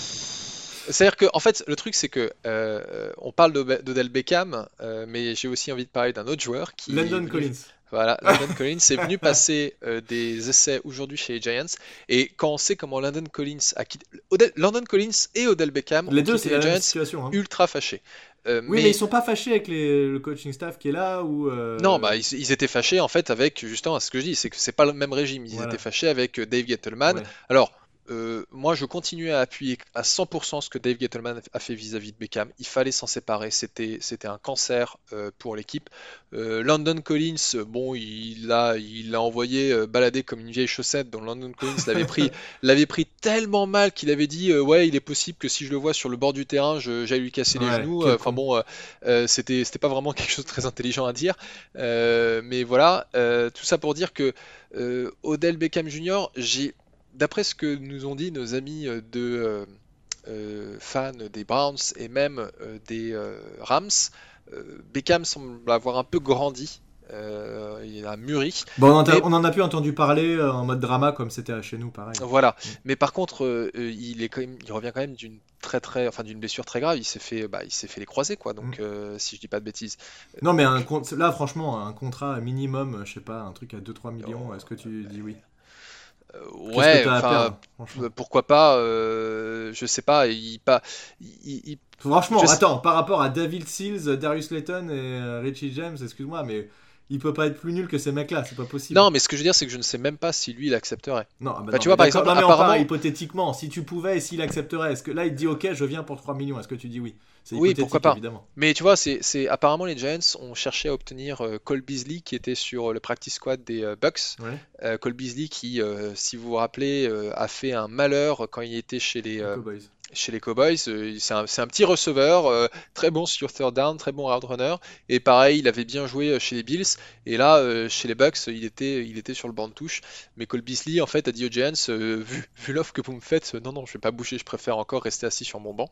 Speaker 2: pff, c'est-à-dire que, en fait, le truc, c'est que euh, on parle d'Obe- d'Odell Beckham, euh, mais j'ai aussi envie de parler d'un autre joueur qui est
Speaker 1: London
Speaker 2: venu.
Speaker 1: Collins.
Speaker 2: Voilà, Landon Collins est venu passer euh, des essais aujourd'hui chez les Giants. Et quand on sait comment Landon Collins a quitté. Odell- Landon Collins et Odell Beckham
Speaker 1: Les
Speaker 2: ont
Speaker 1: deux, c'est
Speaker 2: quitté
Speaker 1: la
Speaker 2: les
Speaker 1: même
Speaker 2: Giants
Speaker 1: situation, hein.
Speaker 2: ultra fâchés. Euh,
Speaker 1: Oui, mais ils
Speaker 2: mais
Speaker 1: sont pas fâchés avec les- le coaching staff qui est là ou
Speaker 2: non,
Speaker 1: euh,
Speaker 2: bah, ils, ils étaient fâchés en fait avec, justement, ce que je dis, c'est que c'est pas le même régime. Ils étaient
Speaker 1: voilà.
Speaker 2: fâchés avec euh, Dave Gettleman.
Speaker 1: Ouais.
Speaker 2: Alors, euh, moi, je continue à appuyer à cent pour cent ce que Dave Gettleman a fait vis-à-vis de Beckham. Il fallait s'en séparer. C'était, c'était un cancer euh, pour l'équipe. Euh, Landon Collins, euh, bon, il l'a, il l'a envoyé euh, balader comme une vieille chaussette. Donc Landon Collins l'avait pris, l'avait pris tellement mal qu'il avait dit, euh, ouais, il est possible que si je le vois sur le bord du terrain, je, j'aille lui casser les
Speaker 1: Ouais,
Speaker 2: genoux. Euh,
Speaker 1: quel
Speaker 2: Enfin
Speaker 1: con.
Speaker 2: bon, euh, euh, c'était, c'était pas vraiment quelque chose de très intelligent à dire. Euh, mais voilà, euh, tout ça pour dire que euh, Odell Beckham Junior, j'ai, d'après ce que nous ont dit nos amis euh, de euh, euh, fans des Browns et même euh, des euh, Rams, euh, Beckham semble avoir un peu grandi. Euh, il a mûri,
Speaker 1: Bon, on en a,
Speaker 2: mais
Speaker 1: on en a plus entendu parler euh, en mode drama comme c'était chez nous, pareil.
Speaker 2: voilà.
Speaker 1: Mm.
Speaker 2: Mais par contre, euh, euh, il est quand même, il revient quand même d'une très très, enfin d'une blessure très grave. Il s'est fait, bah, il s'est fait les croisés quoi.
Speaker 1: Mm.
Speaker 2: Donc euh, si je dis pas de bêtises.
Speaker 1: Non, mais un,
Speaker 2: Donc
Speaker 1: con- là, franchement, un contrat minimum, je sais pas, un truc à deux trois millions,
Speaker 2: oh,
Speaker 1: est-ce que tu dis oui?
Speaker 2: Euh,
Speaker 1: Qu'est-ce que
Speaker 2: ouais,
Speaker 1: t'as à
Speaker 2: enfin,
Speaker 1: perdre, franchement?
Speaker 2: p- pourquoi pas, euh, je sais pas, il, pas, il- il- je
Speaker 1: Franchement,
Speaker 2: sais-
Speaker 1: attends, par rapport à David Seals, Darius Layton et euh, Richie James, excuse-moi, mais il peut pas être plus nul que ces mecs-là, c'est pas possible.
Speaker 2: non, mais ce que je veux dire, c'est que je ne sais même pas si lui, il accepterait.
Speaker 1: Non, ah bah
Speaker 2: Enfin,
Speaker 1: non,
Speaker 2: tu
Speaker 1: mais
Speaker 2: vois, par
Speaker 1: d'accord.
Speaker 2: exemple,
Speaker 1: Non, mais on parle
Speaker 2: apparemment,
Speaker 1: hypothétiquement. Si tu pouvais et s'il accepterait, est-ce que là il te dit ok, je viens pour trois millions, est-ce que tu dis oui? C'est
Speaker 2: oui, pourquoi
Speaker 1: hypothétique
Speaker 2: pas.
Speaker 1: évidemment.
Speaker 2: Mais tu vois, c'est, c'est apparemment les Giants ont cherché à obtenir euh, Cole Beasley qui était sur le practice squad des euh, Bucks.
Speaker 1: Ouais,
Speaker 2: Euh, Cole Beasley qui, euh, si vous vous rappelez, euh, a fait un malheur quand il était chez les,
Speaker 1: les
Speaker 2: euh,
Speaker 1: Cowboys.
Speaker 2: chez les Cowboys. Euh, c'est un, c'est un petit receveur, euh, très bon sur third down, très bon route runner. Et pareil, il avait bien joué euh, chez les Bills. Et là, euh, chez les Bucks, il était, il était sur le banc de touche. Mais Cole Beasley, en fait, a dit aux Giants, euh, vu, vu l'offre que vous me faites, euh, non, non, je vais pas bouger, je préfère encore rester assis sur mon banc.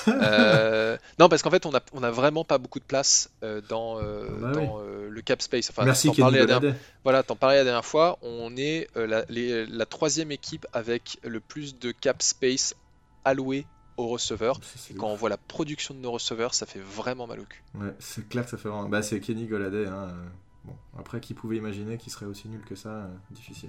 Speaker 2: Euh, non, parce qu'en fait, on a, on a vraiment pas beaucoup de place euh, dans,
Speaker 1: Ah
Speaker 2: euh,
Speaker 1: bah oui.
Speaker 2: dans euh, le cap space. Enfin,
Speaker 1: Merci
Speaker 2: t'en
Speaker 1: Kenny
Speaker 2: parlais la dernière,
Speaker 1: Golladay.
Speaker 2: voilà, t'en parlais la dernière fois. On est euh, la, les- la troisième équipe avec le plus de cap space alloué aux receveurs.
Speaker 1: Ça,
Speaker 2: Et
Speaker 1: c'est
Speaker 2: quand on
Speaker 1: ouf.
Speaker 2: voit la production de nos receveurs, ça fait vraiment mal au cul.
Speaker 1: Ouais, c'est clair que ça fait vraiment. Bah, c'est Kenny Golladay. Hein. euh, Bon, après, qui pouvait imaginer qu'il serait aussi nul que ça? euh, Difficile.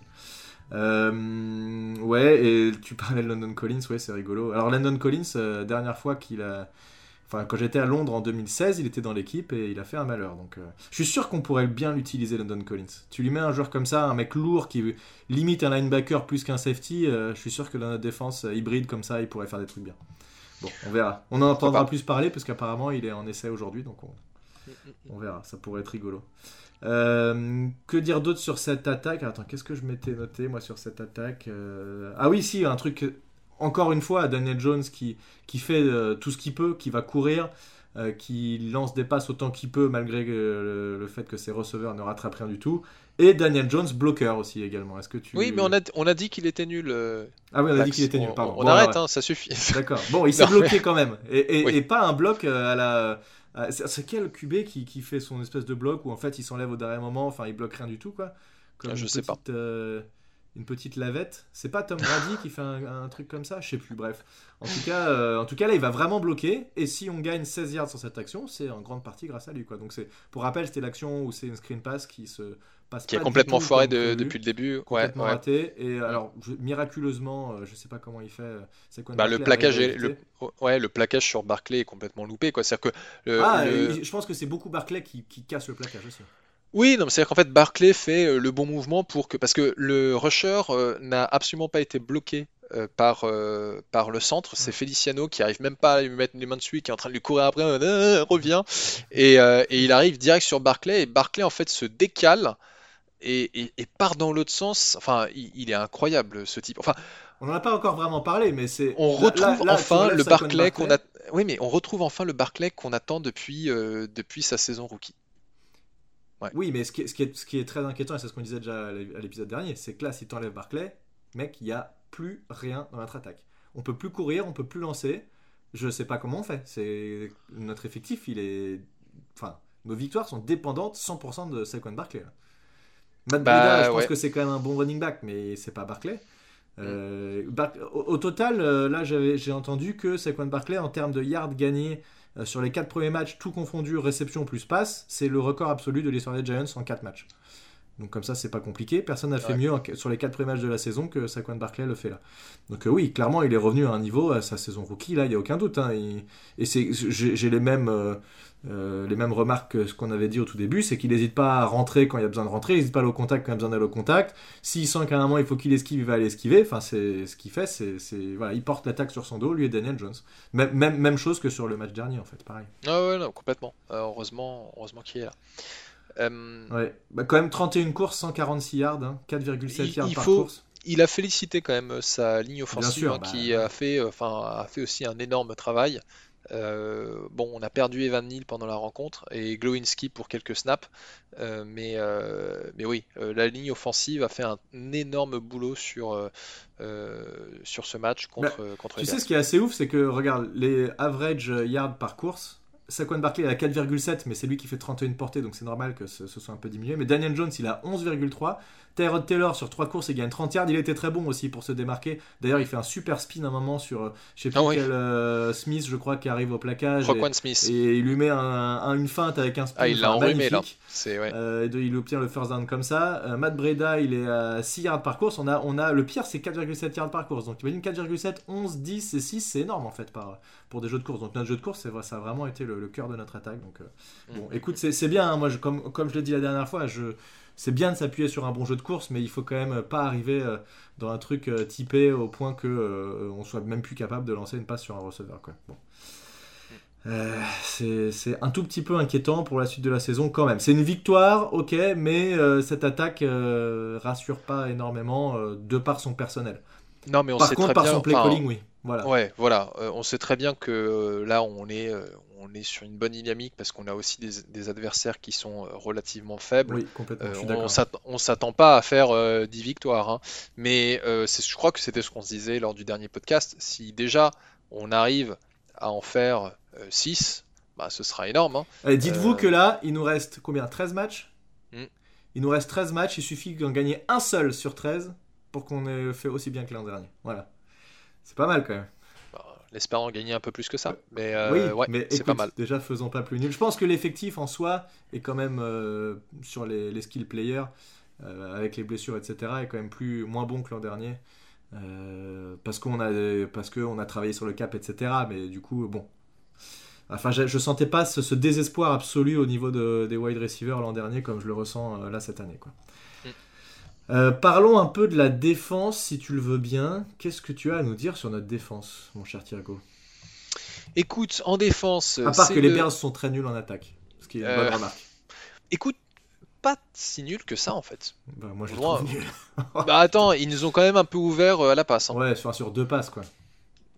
Speaker 1: Euh, ouais, et tu parlais de London Collins, ouais, c'est rigolo. Alors, London Collins, euh, dernière fois qu'il a. Enfin, quand j'étais à Londres en deux mille seize, il était dans l'équipe et il a fait un malheur. Donc, euh, je suis sûr qu'on pourrait bien l'utiliser, London Collins. Tu lui mets un joueur comme ça, un mec lourd qui limite un linebacker plus qu'un safety, euh, je suis sûr que dans notre défense euh, hybride comme ça, il pourrait faire des trucs bien. Bon, on verra. On en
Speaker 2: Pourquoi
Speaker 1: entendra
Speaker 2: pas?
Speaker 1: plus parler parce qu'apparemment il est en essai aujourd'hui, donc on, on verra. Ça pourrait être rigolo. Euh, que dire d'autre sur cette attaque? Attends, qu'est-ce que je m'étais noté moi sur cette attaque? Euh, Ah oui, si, un truc. Encore une fois, Daniel Jones qui, qui fait euh, tout ce qu'il peut, qui va courir. euh, qui lance des passes autant qu'il peut malgré euh, le, le fait que ses receveurs ne rattrapent rien du tout. Et Daniel Jones, bloqueur aussi également. Est-ce que tu...
Speaker 2: Oui, mais on a, on a dit qu'il était nul. euh,
Speaker 1: Ah oui, on a dit
Speaker 2: Max.
Speaker 1: qu'il était
Speaker 2: On,
Speaker 1: nul, pardon.
Speaker 2: on
Speaker 1: Bon,
Speaker 2: arrête,
Speaker 1: alors,
Speaker 2: hein, ça suffit.
Speaker 1: d'accord. Bon, il s'est
Speaker 2: Non,
Speaker 1: bloqué
Speaker 2: mais-
Speaker 1: quand même. Et, et-
Speaker 2: Oui.
Speaker 1: et pas un bloc euh, à la... à- C'est c'est quel Q B qui, qui fait son espèce de bloc où en fait il s'enlève au dernier moment, enfin il bloque rien du tout quoi. Comme
Speaker 2: Je
Speaker 1: une
Speaker 2: sais pas.
Speaker 1: petite, euh, une petite lavette. C'est pas Tom Brady qui fait un, un truc comme ça? Je sais plus, bref. En tout cas, euh, en tout cas là il va vraiment bloquer. Et si on gagne seize yards sur cette action, c'est en grande partie grâce à lui quoi. Donc c'est, pour rappel, c'était l'action où c'est une screen pass qui se passe
Speaker 2: Qui est
Speaker 1: pas du
Speaker 2: complètement
Speaker 1: tout
Speaker 2: foiré
Speaker 1: comme
Speaker 2: de-
Speaker 1: prévu.
Speaker 2: depuis le début. Ouais,
Speaker 1: Complètement
Speaker 2: ouais.
Speaker 1: raté. Et euh, alors, je- miraculeusement, euh, je sais pas comment il fait. euh, Saquon
Speaker 2: Bah, le
Speaker 1: Barkley
Speaker 2: plaquage
Speaker 1: arrive à
Speaker 2: est, le,
Speaker 1: éviter.
Speaker 2: ouais, le plaquage sur Barkley est complètement loupé, quoi. C'est-à-dire que le,
Speaker 1: Ah,
Speaker 2: le-
Speaker 1: et je pense que c'est beaucoup Barclay qui, qui casse le plaquage aussi.
Speaker 2: Oui, non, mais c'est-à-dire qu'en fait, Barkley fait euh, le bon mouvement pour que. Parce que le rusher euh, n'a absolument pas été bloqué euh, par, euh, par le centre. C'est
Speaker 1: Ouais.
Speaker 2: Feliciano qui arrive même pas à lui mettre les mains dessus, qui est en train de lui courir après, euh, euh, reviens. Et, euh, et il arrive direct sur Barkley. Et Barkley, en fait, se décale et, et- et part dans l'autre sens. Enfin, il, il est incroyable, ce type. Enfin,
Speaker 1: On n'en a pas encore vraiment parlé, mais c'est.
Speaker 2: on
Speaker 1: Là, là,
Speaker 2: retrouve
Speaker 1: là, tu
Speaker 2: enfin
Speaker 1: relèves
Speaker 2: le
Speaker 1: Saquon
Speaker 2: Barkley qu'on
Speaker 1: Barclay.
Speaker 2: a. Oui, mais on retrouve enfin le Barkley qu'on attend depuis, euh, depuis sa saison rookie. Ouais.
Speaker 1: Oui, mais ce qui, est, ce, qui est, ce qui est très inquiétant, et c'est ce qu'on disait déjà à l'é- à l'épisode dernier, c'est que là, si tu enlèves Barclay, mec, il n'y a plus rien dans notre attaque. On peut plus courir, on peut plus lancer. Je sais pas comment on fait. C'est notre effectif, il est. Enfin, nos victoires sont dépendantes cent pour cent de Saquon Barclay. Là. Matt Breida, je
Speaker 2: Bah
Speaker 1: pense
Speaker 2: ouais.
Speaker 1: que c'est quand même un bon running back, mais c'est pas Barclay.
Speaker 2: Mm.
Speaker 1: Euh, Bar- au, au total, euh, là, j'avais- j'ai entendu que Saquon Barclay, en termes de yards gagnés euh, sur les quatre premiers matchs, tout confondu, réception plus passe, c'est le record absolu de l'histoire des Giants en quatre matchs. Donc comme ça, c'est pas compliqué. Personne n'a fait
Speaker 2: Ouais.
Speaker 1: mieux en- sur les quatre premiers matchs de la saison que Saquon Barclay le fait là. Donc euh, oui, clairement, il est revenu à un niveau à sa saison rookie. Là, il y a aucun doute. Hein. Il- Et c'est, j'ai, j'ai les mêmes, euh, euh, les mêmes remarques que ce qu'on avait dit au tout début, c'est qu'il n'hésite pas à rentrer quand il y a besoin de rentrer, il n'hésite pas à aller au contact quand il y a besoin d'aller au contact. S'il sent qu'à un moment il faut qu'il esquive, il va aller esquiver. Enfin, c'est ce qu'il fait, c'est, c'est voilà, il porte l'attaque sur son dos, lui et Daniel Jones. Même, même, même chose que sur le match dernier en fait, pareil.
Speaker 2: Ah ouais, non, complètement. Euh, heureusement, heureusement qu'il est là. Euh,
Speaker 1: Ouais, bah, quand même trente et une courses, cent quarante-six yards, hein, quatre virgule sept
Speaker 2: il,
Speaker 1: yards
Speaker 2: il
Speaker 1: par
Speaker 2: faut,
Speaker 1: course.
Speaker 2: il a félicité quand même euh, sa ligne
Speaker 1: Bien
Speaker 2: offensive
Speaker 1: sûr,
Speaker 2: hein,
Speaker 1: bah,
Speaker 2: qui a fait, euh, enfin, a fait aussi un énorme travail. Euh, bon, on a perdu Evan Neal pendant la rencontre et Glowinski pour quelques snaps, euh, mais, euh, mais oui, euh, la ligne offensive a fait un énorme boulot sur, euh, euh, sur ce match
Speaker 1: bah,
Speaker 2: contre, contre
Speaker 1: tu
Speaker 2: les
Speaker 1: sais,
Speaker 2: Bears.
Speaker 1: ce qui est assez ouf, c'est que, regarde, les average yards par course, Saquon Barkley a quatre virgule sept, mais c'est lui qui fait trente et une portées, donc c'est normal que ce, ce soit un peu diminué. Mais Daniel Jones, il a onze virgule trois. Tyrod Taylor, sur trois courses, il gagne trente yards. Il était très bon aussi pour se démarquer. D'ailleurs, il fait un super spin à un moment sur, euh, je sais plus
Speaker 2: Ah oui,
Speaker 1: quel euh, Smith, je crois, qui arrive au plaquage. Et,
Speaker 2: Roquan Smith.
Speaker 1: et il lui met un, un- une feinte avec un
Speaker 2: Ah,
Speaker 1: spin,
Speaker 2: il l'a
Speaker 1: enfin,
Speaker 2: enrhumé là.
Speaker 1: magnifique.
Speaker 2: C'est ouais.
Speaker 1: Euh, et de- il obtient le first down comme ça. Euh, Matt Breida, il est à six yards par course. On a, on a, le pire, c'est quatre virgule sept yards par course. Donc imagine quatre virgule sept, onze, dix et six, c'est énorme en fait par, pour des jeux de course. Donc notre jeu de course, c'est vrai, ça a vraiment été le, le cœur de notre attaque. Donc euh, bon,
Speaker 2: Mm.
Speaker 1: écoute, c'est c'est bien. Hein, moi, je, comme, comme je l'ai dit la dernière fois, je, c'est bien de s'appuyer sur un bon jeu de course, mais il faut quand même pas arriver euh, dans un truc euh, typé au point que euh, on soit même plus capable de lancer une passe sur un receveur. Quoi. Bon. Euh, c'est c'est un tout petit peu inquiétant pour la suite de la saison quand même. C'est une victoire, ok, mais euh, cette attaque euh, rassure pas énormément euh, de par son personnel.
Speaker 2: Non, mais on
Speaker 1: Par
Speaker 2: sait
Speaker 1: contre,
Speaker 2: très
Speaker 1: par
Speaker 2: bien.
Speaker 1: son play
Speaker 2: Enfin,
Speaker 1: calling, oui. Voilà.
Speaker 2: ouais, voilà. Euh, on sait très bien que euh, là, on est, euh, on est sur une bonne dynamique parce qu'on a aussi des, des adversaires qui sont euh, relativement faibles.
Speaker 1: Oui, complètement,
Speaker 2: Euh,
Speaker 1: je suis
Speaker 2: on
Speaker 1: d'accord.
Speaker 2: s'att- on s'attend pas à faire euh, dix victoires, hein. Mais euh, c'est- je crois que c'était ce qu'on se disait lors du dernier podcast. Si déjà on arrive à en faire euh, six, bah, ce sera énorme, hein.
Speaker 1: Allez, dites-vous
Speaker 2: Euh,
Speaker 1: que là, il nous reste combien? treize matchs?
Speaker 2: hmm.
Speaker 1: Il nous reste treize matchs, il suffit d'en gagner un seul sur treize pour qu'on ait fait aussi bien que l'an dernier. Voilà. C'est pas mal quand même.
Speaker 2: Bah, l'espérant gagner un peu plus que ça. Mais
Speaker 1: Oui,
Speaker 2: euh, ouais,
Speaker 1: mais
Speaker 2: c'est pas
Speaker 1: écoute,
Speaker 2: mal.
Speaker 1: déjà faisons pas plus nul. Je pense que l'effectif en soi est quand même euh, sur les, les skill players, euh, avec les blessures, et cetera, est quand même plus moins bon que l'an dernier. Euh, parce qu'on a, parce qu'on a travaillé sur le cap, et cetera. Mais du coup, bon. Enfin, je, je sentais pas ce, ce désespoir absolu au niveau de, des wide receivers l'an dernier comme je le ressens euh, là cette année, quoi.
Speaker 2: Mm.
Speaker 1: Euh, parlons un peu de la défense, si tu le veux bien. Qu'est-ce que tu as à nous dire sur notre défense, mon cher Thiago?
Speaker 2: Écoute, en défense,
Speaker 1: À part
Speaker 2: c'est
Speaker 1: que les
Speaker 2: le-
Speaker 1: Bears sont très nuls en attaque, ce qui est une
Speaker 2: Euh,
Speaker 1: bonne remarque.
Speaker 2: Écoute, pas si nul que ça en fait.
Speaker 1: Bah, moi, je les
Speaker 2: Loin.
Speaker 1: trouve nuls.
Speaker 2: Bah attends, ils nous ont quand même un peu ouvert euh, à la passe, hein.
Speaker 1: Ouais, sur, sur deux passes, quoi.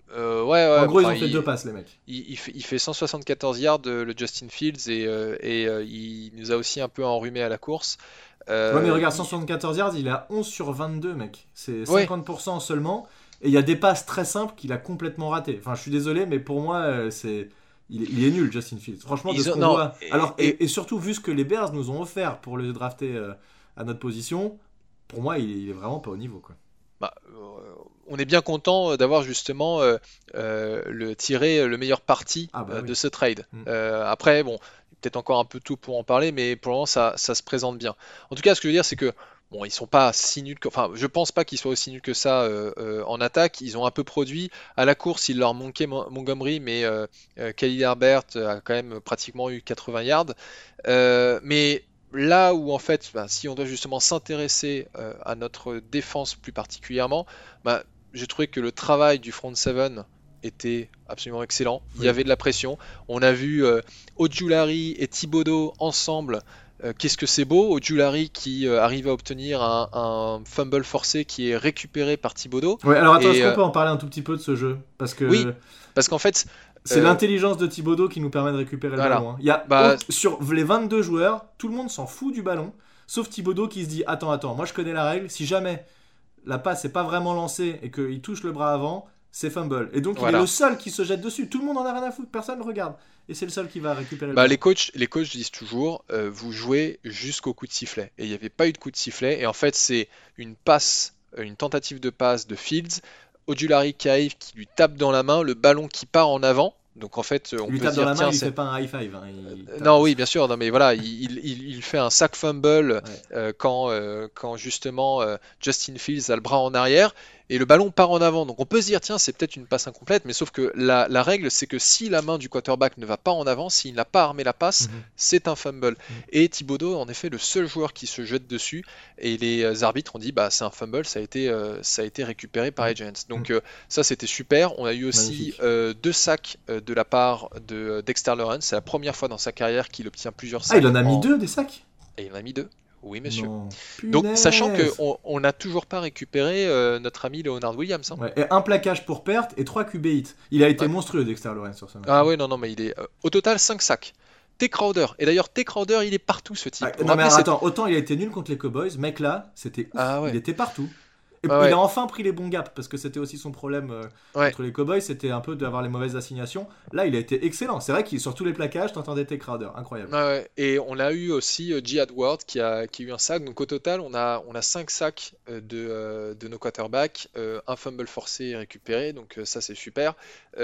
Speaker 2: Euh, ouais, ouais,
Speaker 1: En gros, ils
Speaker 2: enfin,
Speaker 1: ont fait
Speaker 2: il,
Speaker 1: deux passes, les mecs.
Speaker 2: il, il fait, il fait cent soixante-quatorze yards, euh, le Justin Fields, et, euh, et euh, il nous a aussi un peu enrhumé à la course.
Speaker 1: Ouais, mais
Speaker 2: Euh,
Speaker 1: regarde,
Speaker 2: il-
Speaker 1: cent soixante-quatorze yards, il est à onze sur vingt-deux, mec. C'est
Speaker 2: Ouais,
Speaker 1: cinquante pour cent seulement. Et il y a des passes très simples qu'il a complètement ratées. Enfin, je suis désolé, mais pour moi, euh, c'est... Il, est- il est nul, Justin Fields. Franchement, de
Speaker 2: ils
Speaker 1: ce
Speaker 2: ont,
Speaker 1: qu'on
Speaker 2: non,
Speaker 1: voit. Alors,
Speaker 2: et, et-
Speaker 1: et, et surtout, vu ce que les Bears nous ont offert pour le drafter euh, à notre position, pour moi, il, est- il est vraiment pas au niveau, quoi.
Speaker 2: bah, euh, on est bien content euh, d'avoir justement euh, euh, le, tiré le meilleur parti
Speaker 1: Ah bah
Speaker 2: euh, de
Speaker 1: oui.
Speaker 2: ce trade.
Speaker 1: Mm.
Speaker 2: Euh, après, bon, peut-être encore un peu tôt pour en parler, mais pour le moment, ça, ça se présente bien. En tout cas, ce que je veux dire, c'est que bon, ils sont pas si nuls que, enfin, je pense pas qu'ils soient aussi nuls que ça euh, euh, en attaque. Ils ont un peu produit. À la course, il leur manquait Mon- Montgomery, mais euh, euh, Khalil Herbert a quand même pratiquement eu quatre-vingts yards. Euh, mais là où en fait, bah, si on doit justement s'intéresser euh, à notre défense plus particulièrement, bah, j'ai trouvé que le travail du front seven était absolument excellent. Il y
Speaker 1: Oui.
Speaker 2: avait de la pression. On a vu euh, Ojulari et Thibodeau ensemble. Euh, qu'est-ce que c'est beau, Ojulari qui euh, arrive à obtenir un, un fumble forcé qui est récupéré par Thibodeau.
Speaker 1: Ouais, alors attends, est-ce
Speaker 2: Et
Speaker 1: qu'on
Speaker 2: euh,
Speaker 1: peut en parler un tout petit peu de ce jeu? Parce
Speaker 2: oui,
Speaker 1: que
Speaker 2: parce qu'en fait,
Speaker 1: c'est
Speaker 2: euh,
Speaker 1: l'intelligence de Thibodeau qui nous permet de récupérer le
Speaker 2: voilà,
Speaker 1: ballon, hein. Il y a
Speaker 2: bah
Speaker 1: auc- sur les vingt-deux joueurs, tout le monde s'en fout du ballon, sauf Thibodeau qui se dit attends, attends, moi je connais la règle, si jamais la passe n'est pas vraiment lancée et qu'il touche le bras avant, c'est fumble. Et donc il est le
Speaker 2: voilà.
Speaker 1: seul qui se jette dessus. Tout le monde en a rien à foutre, personne ne le regarde. Et c'est le seul qui va récupérer le
Speaker 2: Bah, les
Speaker 1: ballon.
Speaker 2: coachs, les coachs disent toujours, euh, vous jouez jusqu'au coup de sifflet. Et il n'y avait pas eu de coup de sifflet. Et en fait, c'est une passe, euh, une tentative de passe de Fields, Ojulari qui arrive, qui lui tape dans la main, le ballon qui part en avant. Donc en fait, euh, on
Speaker 1: Il lui
Speaker 2: peut se
Speaker 1: tape dans
Speaker 2: dire,
Speaker 1: la main,
Speaker 2: tiens,
Speaker 1: il lui
Speaker 2: c'est
Speaker 1: fait pas un high five, hein, il
Speaker 2: euh,
Speaker 1: tape
Speaker 2: non,
Speaker 1: dans
Speaker 2: oui,
Speaker 1: sa...
Speaker 2: bien sûr, non, mais voilà, il, il- il fait un sac fumble
Speaker 1: Ouais.
Speaker 2: euh, quand, euh, quand justement euh, Justin Fields a le bras en arrière et le ballon part en avant. Donc on peut se dire, tiens, c'est peut-être une passe incomplète, mais sauf que la, la règle, c'est que si la main du quarterback ne va pas en avant, s'il n'a pas armé la passe,
Speaker 1: Mhm.
Speaker 2: c'est un fumble.
Speaker 1: Mhm.
Speaker 2: Et Thibodeau, en effet, le seul joueur qui se jette dessus, et les euh, arbitres ont dit, bah c'est un fumble, ça a été, euh, ça a été récupéré par les
Speaker 1: Mhm.
Speaker 2: Giants.
Speaker 1: Mhm.
Speaker 2: Donc euh, ça, c'était super. On a eu aussi
Speaker 1: Magnifique.
Speaker 2: euh, deux sacs euh, de la part de euh, Dexter Lawrence. C'est la première fois dans sa carrière qu'il obtient plusieurs
Speaker 1: Ah, il en
Speaker 2: sacs
Speaker 1: a mis
Speaker 2: en...
Speaker 1: deux des sacs?
Speaker 2: Et il en a mis deux. Oui, monsieur.
Speaker 1: Non.
Speaker 2: Donc, sachant
Speaker 1: Punaise.
Speaker 2: qu'on on n'a toujours pas récupéré euh, notre ami Leonard Williams, hein.
Speaker 1: Ouais. Et un plaquage pour perte et trois Q B hits. Il a été
Speaker 2: Ouais.
Speaker 1: monstrueux, Dexter Lawrence, sur ce match,
Speaker 2: Ah
Speaker 1: hein.
Speaker 2: ouais, non, non, mais il est... euh, au total, cinq sacs. T. Crowder. Et d'ailleurs, T. Crowder, il est partout, ce
Speaker 1: Ah,
Speaker 2: type. Vous vous
Speaker 1: non mais
Speaker 2: rappelez
Speaker 1: alors,
Speaker 2: cette...
Speaker 1: attends, autant il a été nul contre les Cowboys, mec là, c'était ouf,
Speaker 2: Ah
Speaker 1: il
Speaker 2: ouais.
Speaker 1: était partout. Et
Speaker 2: Ouais,
Speaker 1: il a
Speaker 2: ouais.
Speaker 1: enfin pris les bons gaps, parce que c'était aussi son problème euh,
Speaker 2: Ouais.
Speaker 1: contre les Cowboys, c'était un peu d'avoir les mauvaises assignations. Là, il a été excellent. C'est vrai qu'il sur tous les plaquages, t'entendais tes Crowder, incroyable.
Speaker 2: Ouais, ouais. Et on a eu aussi euh, J. Edward qui a, qui a eu un sac. Donc au total, on a, on a cinq sacs euh, de, euh, de nos quarterbacks, euh, un fumble forcé récupéré. Donc euh, ça, c'est super.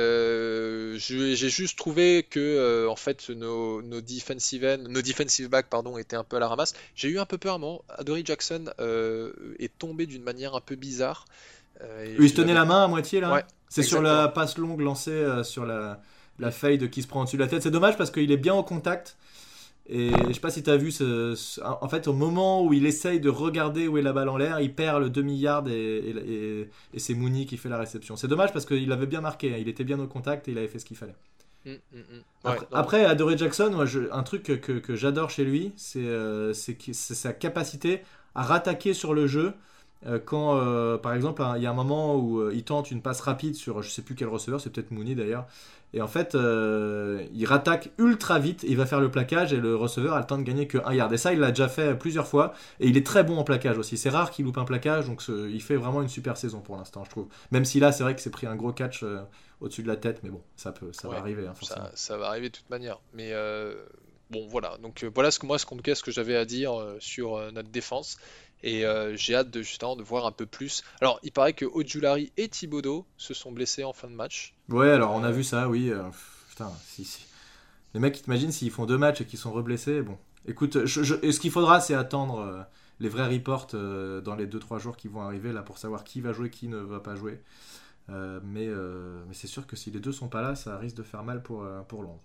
Speaker 2: Euh, je- j'ai juste trouvé que euh, en fait nos, nos defensive end- nos defensive backs pardon, étaient un peu à la ramasse. J'ai eu un peu peur à un moment. Adoree Jackson euh, est tombé d'une manière un peu bizarre. Euh, et
Speaker 1: Il se
Speaker 2: je
Speaker 1: tenait
Speaker 2: l'avais.
Speaker 1: la main à moitié
Speaker 2: Ouais,
Speaker 1: là. C'est sur
Speaker 2: exactement.
Speaker 1: la passe longue lancée euh, sur la, la
Speaker 2: Mm.
Speaker 1: fade qui se prend au-dessus de la tête. C'est dommage parce qu'il est bien au contact. Et je sais pas si t'as vu, ce, ce- en fait, au moment où il essaye de regarder où est la balle en l'air, il perd le demi-yard et, et, et- et c'est Mooney qui fait la réception. C'est dommage parce qu'il avait bien marqué, hein. Il était bien au contact et il avait fait ce qu'il fallait.
Speaker 2: Mm, mm, mm. Ouais,
Speaker 1: Après,
Speaker 2: non.
Speaker 1: après Adoree Jackson, moi, je- un truc que, que- que j'adore chez lui, c'est euh, c'est qui- c'est sa capacité à rattaquer sur le jeu. Euh, quand, euh, par exemple, un- il y a un moment où euh, il tente une passe rapide sur je sais plus quel receveur, c'est peut-être Mooney d'ailleurs. Et en fait, euh, il rattaque ultra vite, il va faire le plaquage et le receveur a le temps de gagner que un yard. Et ça, il l'a déjà fait plusieurs fois. Et il est très bon en plaquage aussi. C'est rare qu'il loupe un plaquage, donc ce- il fait vraiment une super saison pour l'instant, je trouve. Même si là, c'est vrai que c'est pris un gros catch euh, au-dessus de la tête, mais bon, ça peut, ça va
Speaker 2: Ouais,
Speaker 1: arriver, hein, forcément.
Speaker 2: ça, ça va arriver de toute manière. Mais euh, bon, voilà. Donc euh, voilà ce que moi, ce qu'on ce que j'avais à dire euh, sur euh, notre défense. Et euh, j'ai hâte de justement de voir un peu plus. Alors, il paraît que Ojulari et Thibodeau se sont blessés en fin de match.
Speaker 1: Ouais, alors on a
Speaker 2: Euh,
Speaker 1: vu ça, oui. euh, putain, si, si. Les mecs, t'imagines s'ils font deux matchs et qu'ils sont reblessés. Bon, écoute, je, je- et ce qu'il faudra, c'est attendre euh, les vrais reports euh, dans les deux trois jours qui vont arriver là pour savoir qui va jouer, qui ne va pas jouer. Euh, mais euh, mais c'est sûr que si les deux sont pas là, ça risque de faire mal pour, euh, pour Londres.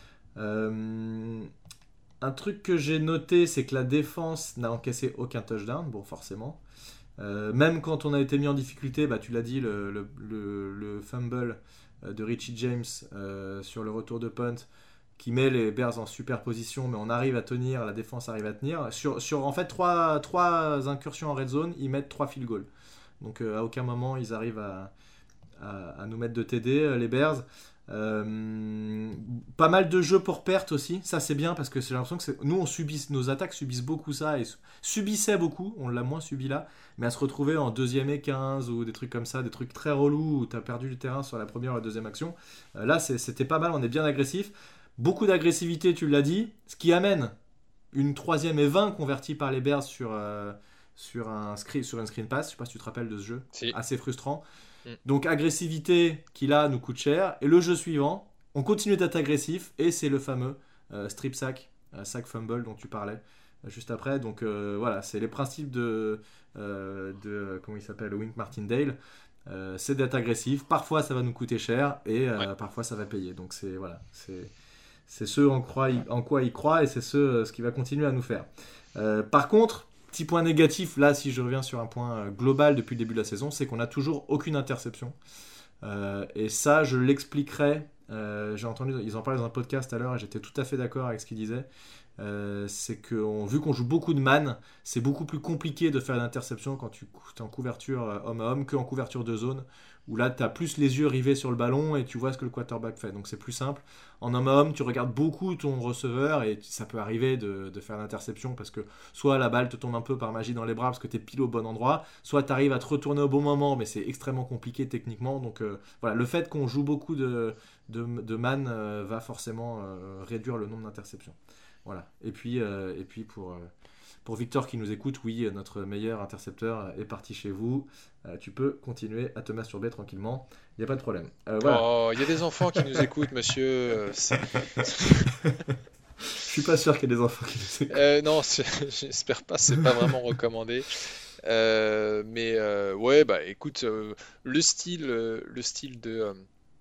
Speaker 1: Euh, un truc que j'ai noté, c'est que la défense n'a encaissé aucun touchdown. Bon, forcément. Euh, même quand on a été mis en difficulté, bah, tu l'as dit, le, le, le- le fumble euh, de Richie James euh, sur le retour de punt qui met les Bears en super position, mais on arrive à tenir, la défense arrive à tenir. Sur, sur en fait trois, trois incursions en red zone, ils mettent trois field goals. Donc euh, à aucun moment ils arrivent à, à, à nous mettre de T D, euh, les Bears. Euh, pas mal de jeux pour perte aussi, ça c'est bien parce que j'ai l'impression que c'est... nous on subit, nos attaques subissent beaucoup ça et subissaient beaucoup, on l'a moins subi là, mais à se retrouver en deuxième et quinze ou des trucs comme ça, des trucs très relous où t'as perdu du terrain sur la première ou la deuxième action, euh, là c'est, c'était pas mal, on est bien agressif, beaucoup d'agressivité tu l'as dit, ce qui amène une troisième et vingt convertie par les Bears sur, euh, sur, un screen, sur une screen pass, je sais pas si tu te rappelles de ce jeu,
Speaker 2: Si.
Speaker 1: assez frustrant. Donc agressivité qui là nous coûte cher. Et le jeu suivant, on continue d'être agressif et c'est le fameux euh, strip sack, euh, sack fumble dont tu parlais euh, juste après. Donc euh, voilà, c'est les principes de, euh, de comment il s'appelle, Wink Martindale. Euh, c'est d'être agressif. Parfois ça va nous coûter cher et euh, ouais. parfois ça va payer. Donc c'est voilà, c'est c'est ce en, croit, en quoi il croit et c'est ce, ce qui va continuer à nous faire. Euh, par contre. Petit point négatif, là, si je reviens sur un point global depuis le début de la saison, c'est qu'on n'a toujours aucune interception. Euh, et ça, je l'expliquerai. Euh, j'ai entendu, ils en parlaient dans un podcast à l'heure et j'étais tout à fait d'accord avec ce qu'ils disaient. Euh, c'est que on, vu qu'on joue beaucoup de man, c'est beaucoup plus compliqué de faire une interception quand tu es en couverture homme à homme qu'en couverture de zone, où là tu as plus les yeux rivés sur le ballon et tu vois ce que le quarterback fait, donc c'est plus simple. En homme à homme, tu regardes beaucoup ton receveur et ça peut arriver de, de faire l'interception parce que soit la balle te tombe un peu par magie dans les bras parce que tu es pile au bon endroit, soit tu arrives à te retourner au bon moment, mais c'est extrêmement compliqué techniquement. Donc euh, voilà, le fait qu'on joue beaucoup de, de, de man euh, va forcément euh, réduire le nombre d'interceptions. Voilà. Et puis, euh, et puis pour, euh, pour Victor qui nous écoute, oui, notre meilleur intercepteur est parti chez vous. Euh, tu peux continuer à te masturber tranquillement. Il n'y a pas de problème. Euh, voilà.
Speaker 2: Oh, il y a des enfants qui nous écoutent, monsieur. C'est...
Speaker 1: Je suis pas sûr qu'il y ait des enfants qui nous écoutent.
Speaker 2: Euh, non, j'espère pas. C'est pas vraiment recommandé. Euh, mais euh, ouais, bah écoute, euh, le style, euh, le style de euh,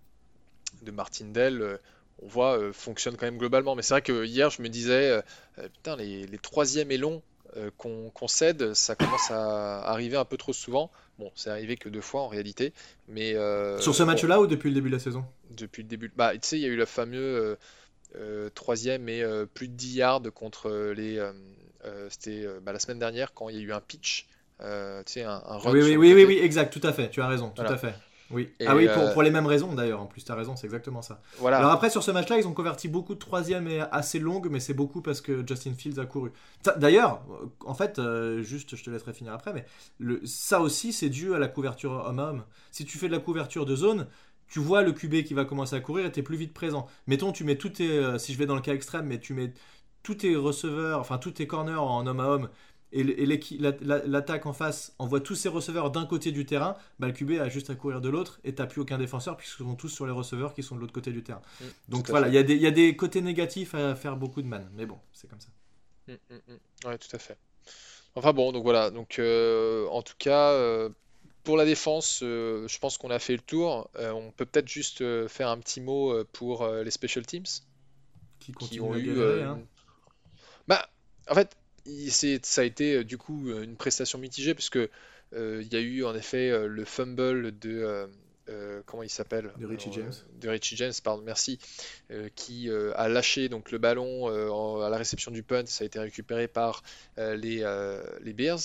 Speaker 2: de Martindale. Euh, on voit, euh, fonctionne quand même globalement. Mais c'est vrai que hier, je me disais, euh, euh, putain, les, les troisièmes et longs euh, qu'on qu'on cède, ça commence à arriver un peu trop souvent. Bon, c'est arrivé que deux fois en réalité. Mais euh,
Speaker 1: Sur ce
Speaker 2: bon,
Speaker 1: match-là ou depuis le début de la saison?
Speaker 2: depuis le début, bah, tu sais, il y a eu le fameux euh, euh, troisième et euh, plus de dix yards contre les. euh, euh, c'était euh, bah, la semaine dernière quand il y a eu un pitch, euh, tu sais, un, un run
Speaker 1: Oui,
Speaker 2: sur
Speaker 1: oui,
Speaker 2: le
Speaker 1: oui, oui,
Speaker 2: côté.
Speaker 1: oui, exact, tout à fait. Tu as raison, tout
Speaker 2: Voilà.
Speaker 1: à fait. Oui.
Speaker 2: Et
Speaker 1: Ah oui, pour,
Speaker 2: euh,
Speaker 1: pour les mêmes raisons d'ailleurs. En plus, tu as raison, c'est exactement ça. Alors
Speaker 2: voilà.
Speaker 1: après, sur ce match-là, ils ont converti beaucoup de troisième et assez longues, mais c'est beaucoup parce que Justin Fields a couru. Ça, d'ailleurs, euh, en fait, euh, juste, je te laisserai finir après, mais le, ça aussi, c'est dû à la couverture homme à homme. Si tu fais de la couverture de zone, tu vois le Q B qui va commencer à courir et tu es plus vite présent. Mettons, tu mets tous tes, euh, si je vais dans le cas extrême, mais tu mets tous tes receveurs, enfin tous tes corners en homme à homme, et, et la, la, l'attaque en face envoie tous ses receveurs d'un côté du terrain, bah, le Q B a juste à courir de l'autre et t'as plus aucun défenseur puisqu'ils sont tous sur les receveurs qui sont de l'autre côté du terrain.
Speaker 2: Mm,
Speaker 1: Donc
Speaker 2: tout à
Speaker 1: voilà,
Speaker 2: fait.
Speaker 1: il y, y a des côtés négatifs à faire beaucoup de man, mais bon, c'est comme ça.
Speaker 2: Mm, mm, mm. Ouais, tout à fait. Enfin bon, donc voilà. Donc euh, en tout cas, euh, pour la défense, euh, je pense qu'on a fait le tour. Euh, on peut peut-être juste euh, faire un petit mot euh, pour euh, les special teams
Speaker 1: Qui
Speaker 2: qui
Speaker 1: continue
Speaker 2: ont
Speaker 1: à
Speaker 2: eu
Speaker 1: galérer,
Speaker 2: euh,
Speaker 1: hein.
Speaker 2: une... Bah, en fait, il- c'est, ça a été euh, du coup euh, une prestation mitigée puisque euh, il y a eu en effet euh, le fumble de euh, euh, comment il s'appelle?
Speaker 1: De Richie
Speaker 2: Alors, euh,
Speaker 1: James.
Speaker 2: de Richie James, pardon, merci, euh, qui euh, a lâché donc le ballon euh, en- à la réception du punt. Ça a été récupéré par euh, les, euh, les Bears,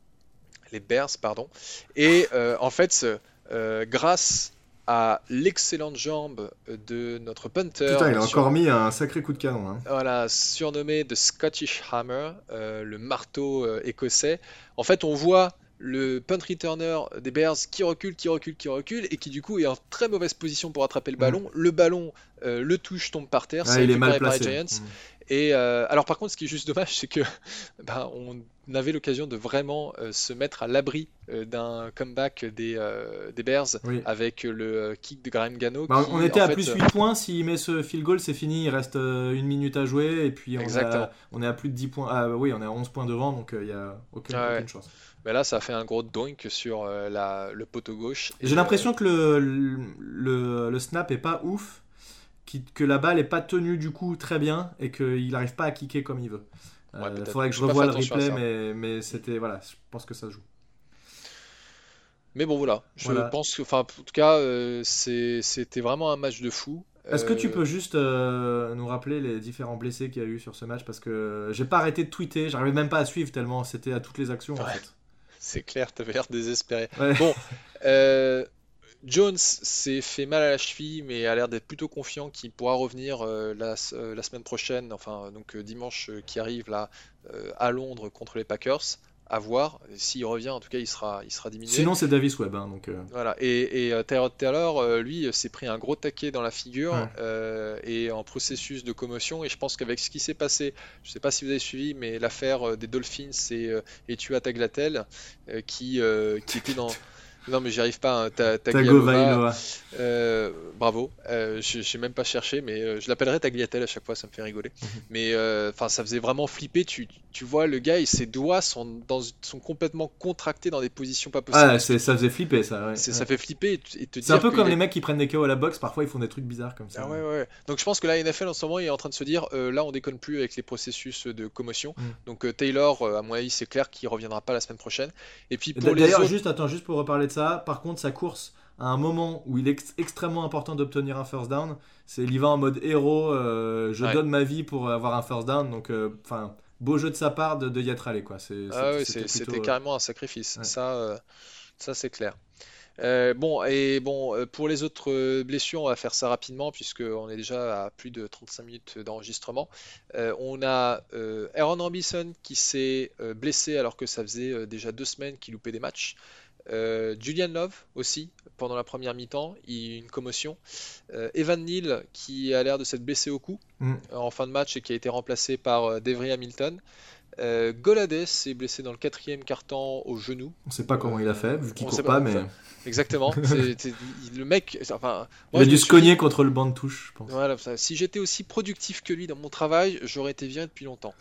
Speaker 2: les Bears, pardon. Et euh, en fait, euh, grâce à l'excellente jambe de notre punter,
Speaker 1: Putain, il a
Speaker 2: sur,
Speaker 1: encore mis un sacré coup de canon, hein.
Speaker 2: voilà, surnommé The Scottish Hammer, euh, le marteau euh, écossais. En fait, on voit le punt returner des Bears qui recule, qui recule, qui recule, et qui du coup est en très mauvaise position pour attraper le
Speaker 1: Mm.
Speaker 2: ballon. Le ballon, euh, le touche, tombe par terre,
Speaker 1: Ah,
Speaker 2: c'est
Speaker 1: il est mal
Speaker 2: récupéré par les
Speaker 1: placé.
Speaker 2: Giants.
Speaker 1: Mm.
Speaker 2: Et euh, alors par contre, ce qui est juste dommage, c'est que bah, on avait l'occasion de vraiment euh, se mettre à l'abri euh, d'un comeback des, euh, des Bears
Speaker 1: Oui.
Speaker 2: avec le euh, kick de Graham Gano
Speaker 1: Bah,
Speaker 2: qui,
Speaker 1: on était
Speaker 2: en
Speaker 1: à
Speaker 2: fait,
Speaker 1: plus
Speaker 2: euh,
Speaker 1: huit points, s'il met ce field goal, c'est fini, il reste euh, une minute à jouer, et puis on est
Speaker 2: exactement.
Speaker 1: à, on est à plus de dix points. Ah oui, on est à onze points devant, donc il n'y a aucune,
Speaker 2: Ouais, ouais.
Speaker 1: aucune chance.
Speaker 2: Mais là, ça a fait un gros doink sur euh, la, le poteau gauche.
Speaker 1: J'ai
Speaker 2: Et, euh,
Speaker 1: l'impression que le, le, le snap est pas ouf, qui- que la balle est pas tenue du coup très bien, et qu'il n'arrive pas à kicker comme il veut.
Speaker 2: ouais,
Speaker 1: Euh,
Speaker 2: peut-être.
Speaker 1: faudrait que je
Speaker 2: J'ai pas fait
Speaker 1: revoie le
Speaker 2: attention à
Speaker 1: replay,
Speaker 2: ça.
Speaker 1: mais, mais c'était, voilà, je pense que ça se joue.
Speaker 2: Mais bon, voilà. Je
Speaker 1: Voilà.
Speaker 2: pense que, enfin, en tout cas, euh, c'est, c'était vraiment un match de fou.
Speaker 1: Est-ce que tu
Speaker 2: Euh,
Speaker 1: peux juste euh, nous rappeler les différents blessés qu'il y a eu sur ce match? Parce que j'ai pas arrêté de tweeter, j'arrivais même pas à suivre tellement c'était à toutes les actions en
Speaker 2: ouais,
Speaker 1: fait.
Speaker 2: c'est clair, t'avais l'air désespéré.
Speaker 1: Ouais.
Speaker 2: Bon, euh, Jones s'est fait mal à la cheville, mais a l'air d'être plutôt confiant qu'il pourra revenir euh, la, euh, la semaine prochaine, enfin donc euh, dimanche euh, qui arrive là euh, à Londres contre les Packers. À voir. S'il revient, en tout cas, il sera, il sera diminué.
Speaker 1: Sinon, c'est Davis Webb. Hein, donc, euh...
Speaker 2: Voilà. Et, et euh, Tyrod Taylor, euh, lui, euh, s'est pris un gros taquet dans la figure
Speaker 1: ouais.
Speaker 2: euh, et en processus de commotion. Et je pense qu'avec ce qui s'est passé, je ne sais pas si vous avez suivi, mais l'affaire euh, des Dolphins et, euh, et Tua Tagovailoa euh, qui, euh, qui était dans. Non, mais j'y arrive pas, hein. Ta- Tagovailoa. Euh, bravo. Euh, je n'ai même pas cherché, mais euh, je l'appellerai Tagliatelle à chaque fois, ça me fait rigoler. Mais enfin, ça faisait vraiment flipper. Tu, tu vois, le gars, et ses doigts sont, dans, sont complètement contractés dans des positions pas possibles.
Speaker 1: Ah, c'est, ça faisait flipper, ça. Ouais,
Speaker 2: c'est,
Speaker 1: ouais.
Speaker 2: Ça fait flipper et te, et te
Speaker 1: c'est un peu comme
Speaker 2: est...
Speaker 1: les mecs qui prennent des K O à la boxe. Parfois, ils font des trucs bizarres comme ça.
Speaker 2: Ah ouais, ouais. Donc je pense que la N F L en ce moment est en train de se dire, euh, là, on déconne plus avec les processus de commotion. Mm. Donc euh, Taylor, euh, à mon avis, c'est clair qu'il reviendra pas la semaine prochaine. Et puis pour
Speaker 1: D'ailleurs,
Speaker 2: les autres...
Speaker 1: juste attends, juste pour reparler de ça. Par contre, sa course à un moment où il est ex- extrêmement important d'obtenir un first down, c'est il y va en mode héros. Euh, je ouais. donne ma vie pour avoir un first down. Donc, enfin, euh, beau jeu de sa part de, de y être allé, quoi. C'est,
Speaker 2: ah
Speaker 1: c'est,
Speaker 2: ouais,
Speaker 1: c'était,
Speaker 2: c'est,
Speaker 1: plutôt,
Speaker 2: c'était carrément un sacrifice. Ouais. Ça, euh, ça c'est clair. Euh, bon, et bon, pour les autres blessures, on va faire ça rapidement puisqu'on est déjà à plus de trente-cinq minutes d'enregistrement. Euh, on a euh, Aaron Robinson qui s'est euh, blessé alors que ça faisait euh, déjà deux semaines qu'il loupait des matchs. Euh, Julian Love aussi, pendant la première mi-temps, il a une commotion. Euh, Evan Neal qui a l'air de s'être blessé au cou mm. en fin de match et qui a été remplacé par euh, Devery Hamilton. Euh, Goladès s'est blessé dans le quatrième quart-temps au genou.
Speaker 1: On ne sait pas comment euh, il a fait, vu qu'il ne court pas, mais...
Speaker 2: Enfin, exactement. c'est, c'est, le mec... Enfin,
Speaker 1: moi, il a dû se cogner dit... contre le banc de touche, je pense.
Speaker 2: Voilà, ça, si j'étais aussi productif que lui dans mon travail, j'aurais été viré depuis longtemps.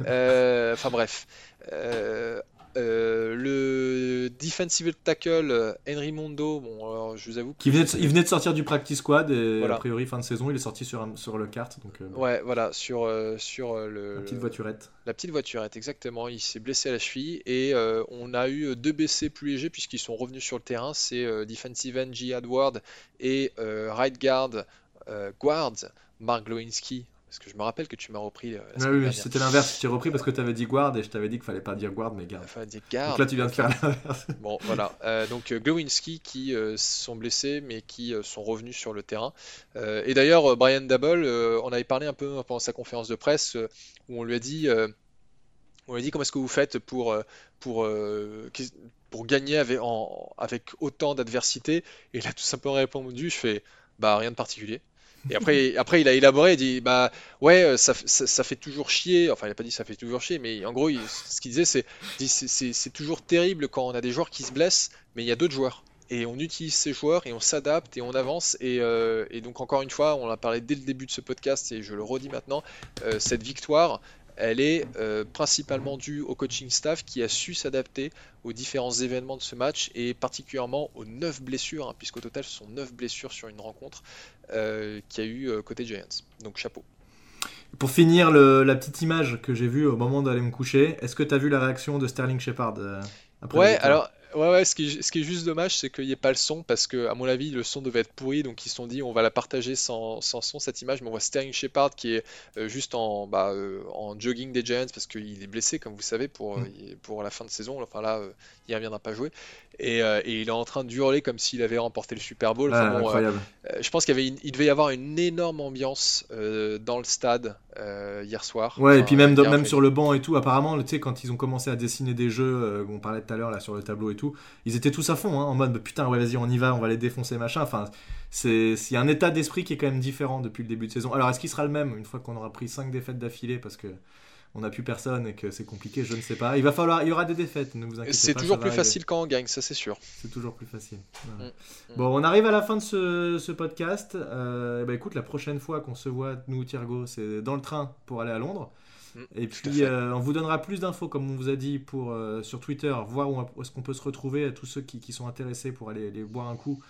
Speaker 2: euh, enfin bref. Euh, Euh, le defensive tackle Henry Mondo, bon, alors, je vous avoue
Speaker 1: qu'il venait de, il venait de sortir du practice squad et voilà. A priori fin de saison il est sorti sur, un, sur le kart donc, euh,
Speaker 2: ouais voilà sur, euh, sur le,
Speaker 1: la petite voiturette
Speaker 2: la petite voiturette exactement, il s'est blessé à la cheville et euh, on a eu deux blessés plus légers puisqu'ils sont revenus sur le terrain, c'est euh, defensive end J. Edward et euh, right guard euh, guard Mark Glowinski. Parce que je me rappelle que tu m'as repris la
Speaker 1: ah oui, oui c'était l'inverse. Je t'ai repris parce que tu avais dit guard et je t'avais dit qu'il fallait pas dire guard mais guard.
Speaker 2: Enfin, dire guard.
Speaker 1: Donc là tu viens de faire l'inverse.
Speaker 2: Bon voilà. Euh, donc Glowinski qui euh, sont blessés mais qui euh, sont revenus sur le terrain. Euh, et d'ailleurs Brian Dabble, euh, on avait parlé un peu pendant sa conférence de presse euh, où on lui a dit, euh, on lui a dit comment est-ce que vous faites pour pour euh, pour gagner avec, en, avec autant d'adversité. Et il a tout simplement répondu, je fais bah rien de particulier. Et après, après, il a élaboré, il dit bah ouais, ça, ça, ça fait toujours chier. Enfin, il a pas dit ça fait toujours chier, mais en gros, il, ce qu'il disait, c'est, c'est, c'est, c'est toujours terrible quand on a des joueurs qui se blessent, mais il y a d'autres joueurs. Et on utilise ces joueurs et on s'adapte et on avance. Et, euh, et donc, encore une fois, on l'a parlé dès le début de ce podcast et je le redis maintenant, euh, cette victoire, elle est euh, principalement due au coaching staff qui a su s'adapter aux différents événements de ce match et particulièrement aux neuf blessures, hein, puisqu'au total ce sont neuf blessures sur une rencontre euh, qu'il y a eu euh, côté Giants. Donc chapeau.
Speaker 1: Pour finir, le, la petite image que j'ai vue au moment d'aller me coucher, est-ce que tu as vu la réaction de Sterling Shepard euh, après
Speaker 2: Ouais, alors... Ouais, ouais, ce qui, est, ce qui est juste dommage, c'est qu'il n'y ait pas le son, parce que, à mon avis, le son devait être pourri, donc ils se sont dit, on va la partager sans, sans son, cette image, mais on voit Sterling Shepard qui est euh, juste en, bah, euh, en jogging des Giants, parce qu'il est blessé, comme vous savez, pour, mm. euh, pour la fin de saison, enfin là, euh, il ne reviendra pas jouer, et, euh, et il est en train d'hurler comme s'il avait remporté le Super Bowl. Enfin,
Speaker 1: ah,
Speaker 2: bon,
Speaker 1: incroyable.
Speaker 2: Euh, je pense qu'il y avait une, il devait y avoir une énorme ambiance euh, dans le stade euh, hier soir.
Speaker 1: Ouais, enfin, et puis même, dans, même sur le banc et tout, apparemment, tu sais, quand ils ont commencé à dessiner des jeux, euh, on parlait tout à l'heure là sur le tableau et tout, ils étaient tous à fond, hein, en mode putain, ouais, vas-y, on y va, on va les défoncer, machin. Enfin, c'est, c'est un état d'esprit qui est quand même différent depuis le début de saison. Alors, est-ce qu'il sera le même une fois qu'on aura pris cinq défaites d'affilée parce que on n'a plus personne et que c'est compliqué, je ne sais pas. Il va falloir, il y aura des défaites, ne vous inquiétez
Speaker 2: c'est
Speaker 1: pas.
Speaker 2: C'est toujours plus facile quand on gagne, ça c'est sûr.
Speaker 1: C'est toujours plus facile. Voilà. Mmh. Bon, on arrive à la fin de ce, ce podcast. Euh, bah, écoute, la prochaine fois qu'on se voit, nous, Thiergo, c'est dans le train pour aller à Londres. Mmh, et puis, euh, on vous donnera plus d'infos, comme on vous a dit, pour, euh, sur Twitter, voir où, où est-ce qu'on peut se retrouver, à tous ceux qui, qui sont intéressés pour aller, aller boire un coup.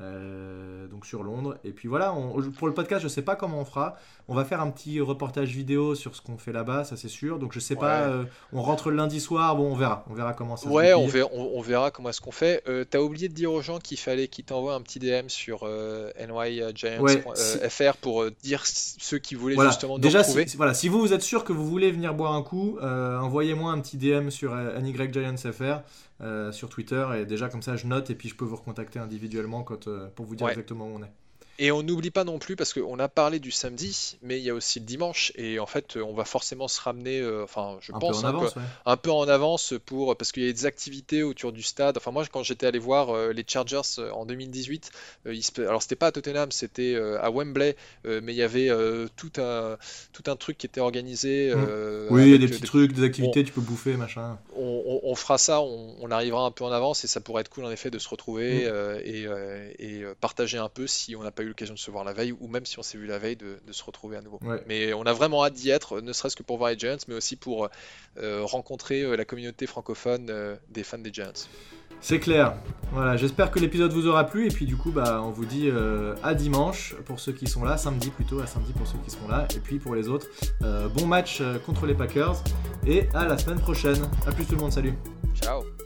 Speaker 1: Euh, donc sur Londres et puis voilà on, pour le podcast je sais pas comment on fera, on va faire un petit reportage vidéo sur ce qu'on fait là-bas, ça c'est sûr, donc je sais ouais. pas euh, on rentre le lundi soir, bon on verra on verra comment ça
Speaker 2: ouais on verra, on, on verra comment est-ce qu'on fait. Euh, t'as oublié de dire aux gens qu'il fallait qu'ils t'envoient un petit D M sur euh, N Y Giants
Speaker 1: ouais, si...
Speaker 2: F R pour euh, dire ceux qui voulaient
Speaker 1: voilà.
Speaker 2: justement nous
Speaker 1: déjà
Speaker 2: retrouver.
Speaker 1: si, voilà, si vous vous êtes sûr que vous voulez venir boire un coup, euh, envoyez-moi un petit D M sur N Y Giants F R Euh, sur Twitter et déjà comme ça je note et puis je peux vous recontacter individuellement quand, notes euh, pour vous dire
Speaker 2: Ouais.
Speaker 1: exactement où on est.
Speaker 2: Et on n'oublie pas non plus, parce qu'on a parlé du samedi, mais il y a aussi le dimanche, et en fait, on va forcément se ramener, euh, enfin, je
Speaker 1: Un peu
Speaker 2: pense,
Speaker 1: en
Speaker 2: hein, que-
Speaker 1: avance, ouais.
Speaker 2: un peu en avance pour, parce qu'il y a des activités autour du stade. Enfin, moi, quand j'étais allé voir euh, les Chargers euh, en deux mille dix-huit, euh, il se- alors c'était pas à Tottenham, c'était euh, à Wembley, euh, mais il y avait euh, tout un, tout un truc qui était organisé
Speaker 1: Mm.
Speaker 2: euh,
Speaker 1: Oui, il y a
Speaker 2: avec
Speaker 1: des
Speaker 2: euh,
Speaker 1: petits
Speaker 2: des...
Speaker 1: trucs, des
Speaker 2: Bon,
Speaker 1: activités, tu peux bouffer, machin.
Speaker 2: on, on- on fera ça, on, on arrivera un peu en avance et ça pourrait être cool en effet de se retrouver
Speaker 1: Mm.
Speaker 2: euh, et, euh, et, euh, partager un peu si on n'a pas eu l'occasion de se voir la veille ou même si on s'est vu la veille de, de se retrouver à nouveau.
Speaker 1: Ouais.
Speaker 2: Mais on a vraiment hâte d'y être, ne serait-ce que pour voir les Giants, mais aussi pour euh, rencontrer euh, la communauté francophone euh, des fans des Giants.
Speaker 1: C'est clair. Voilà, j'espère que l'épisode vous aura plu et puis du coup bah on vous dit euh, à dimanche pour ceux qui sont là, samedi plutôt, à samedi pour ceux qui seront là et puis pour les autres, euh, bon match euh, contre les Packers et à la semaine prochaine. À plus tout le monde, salut.
Speaker 2: Ciao!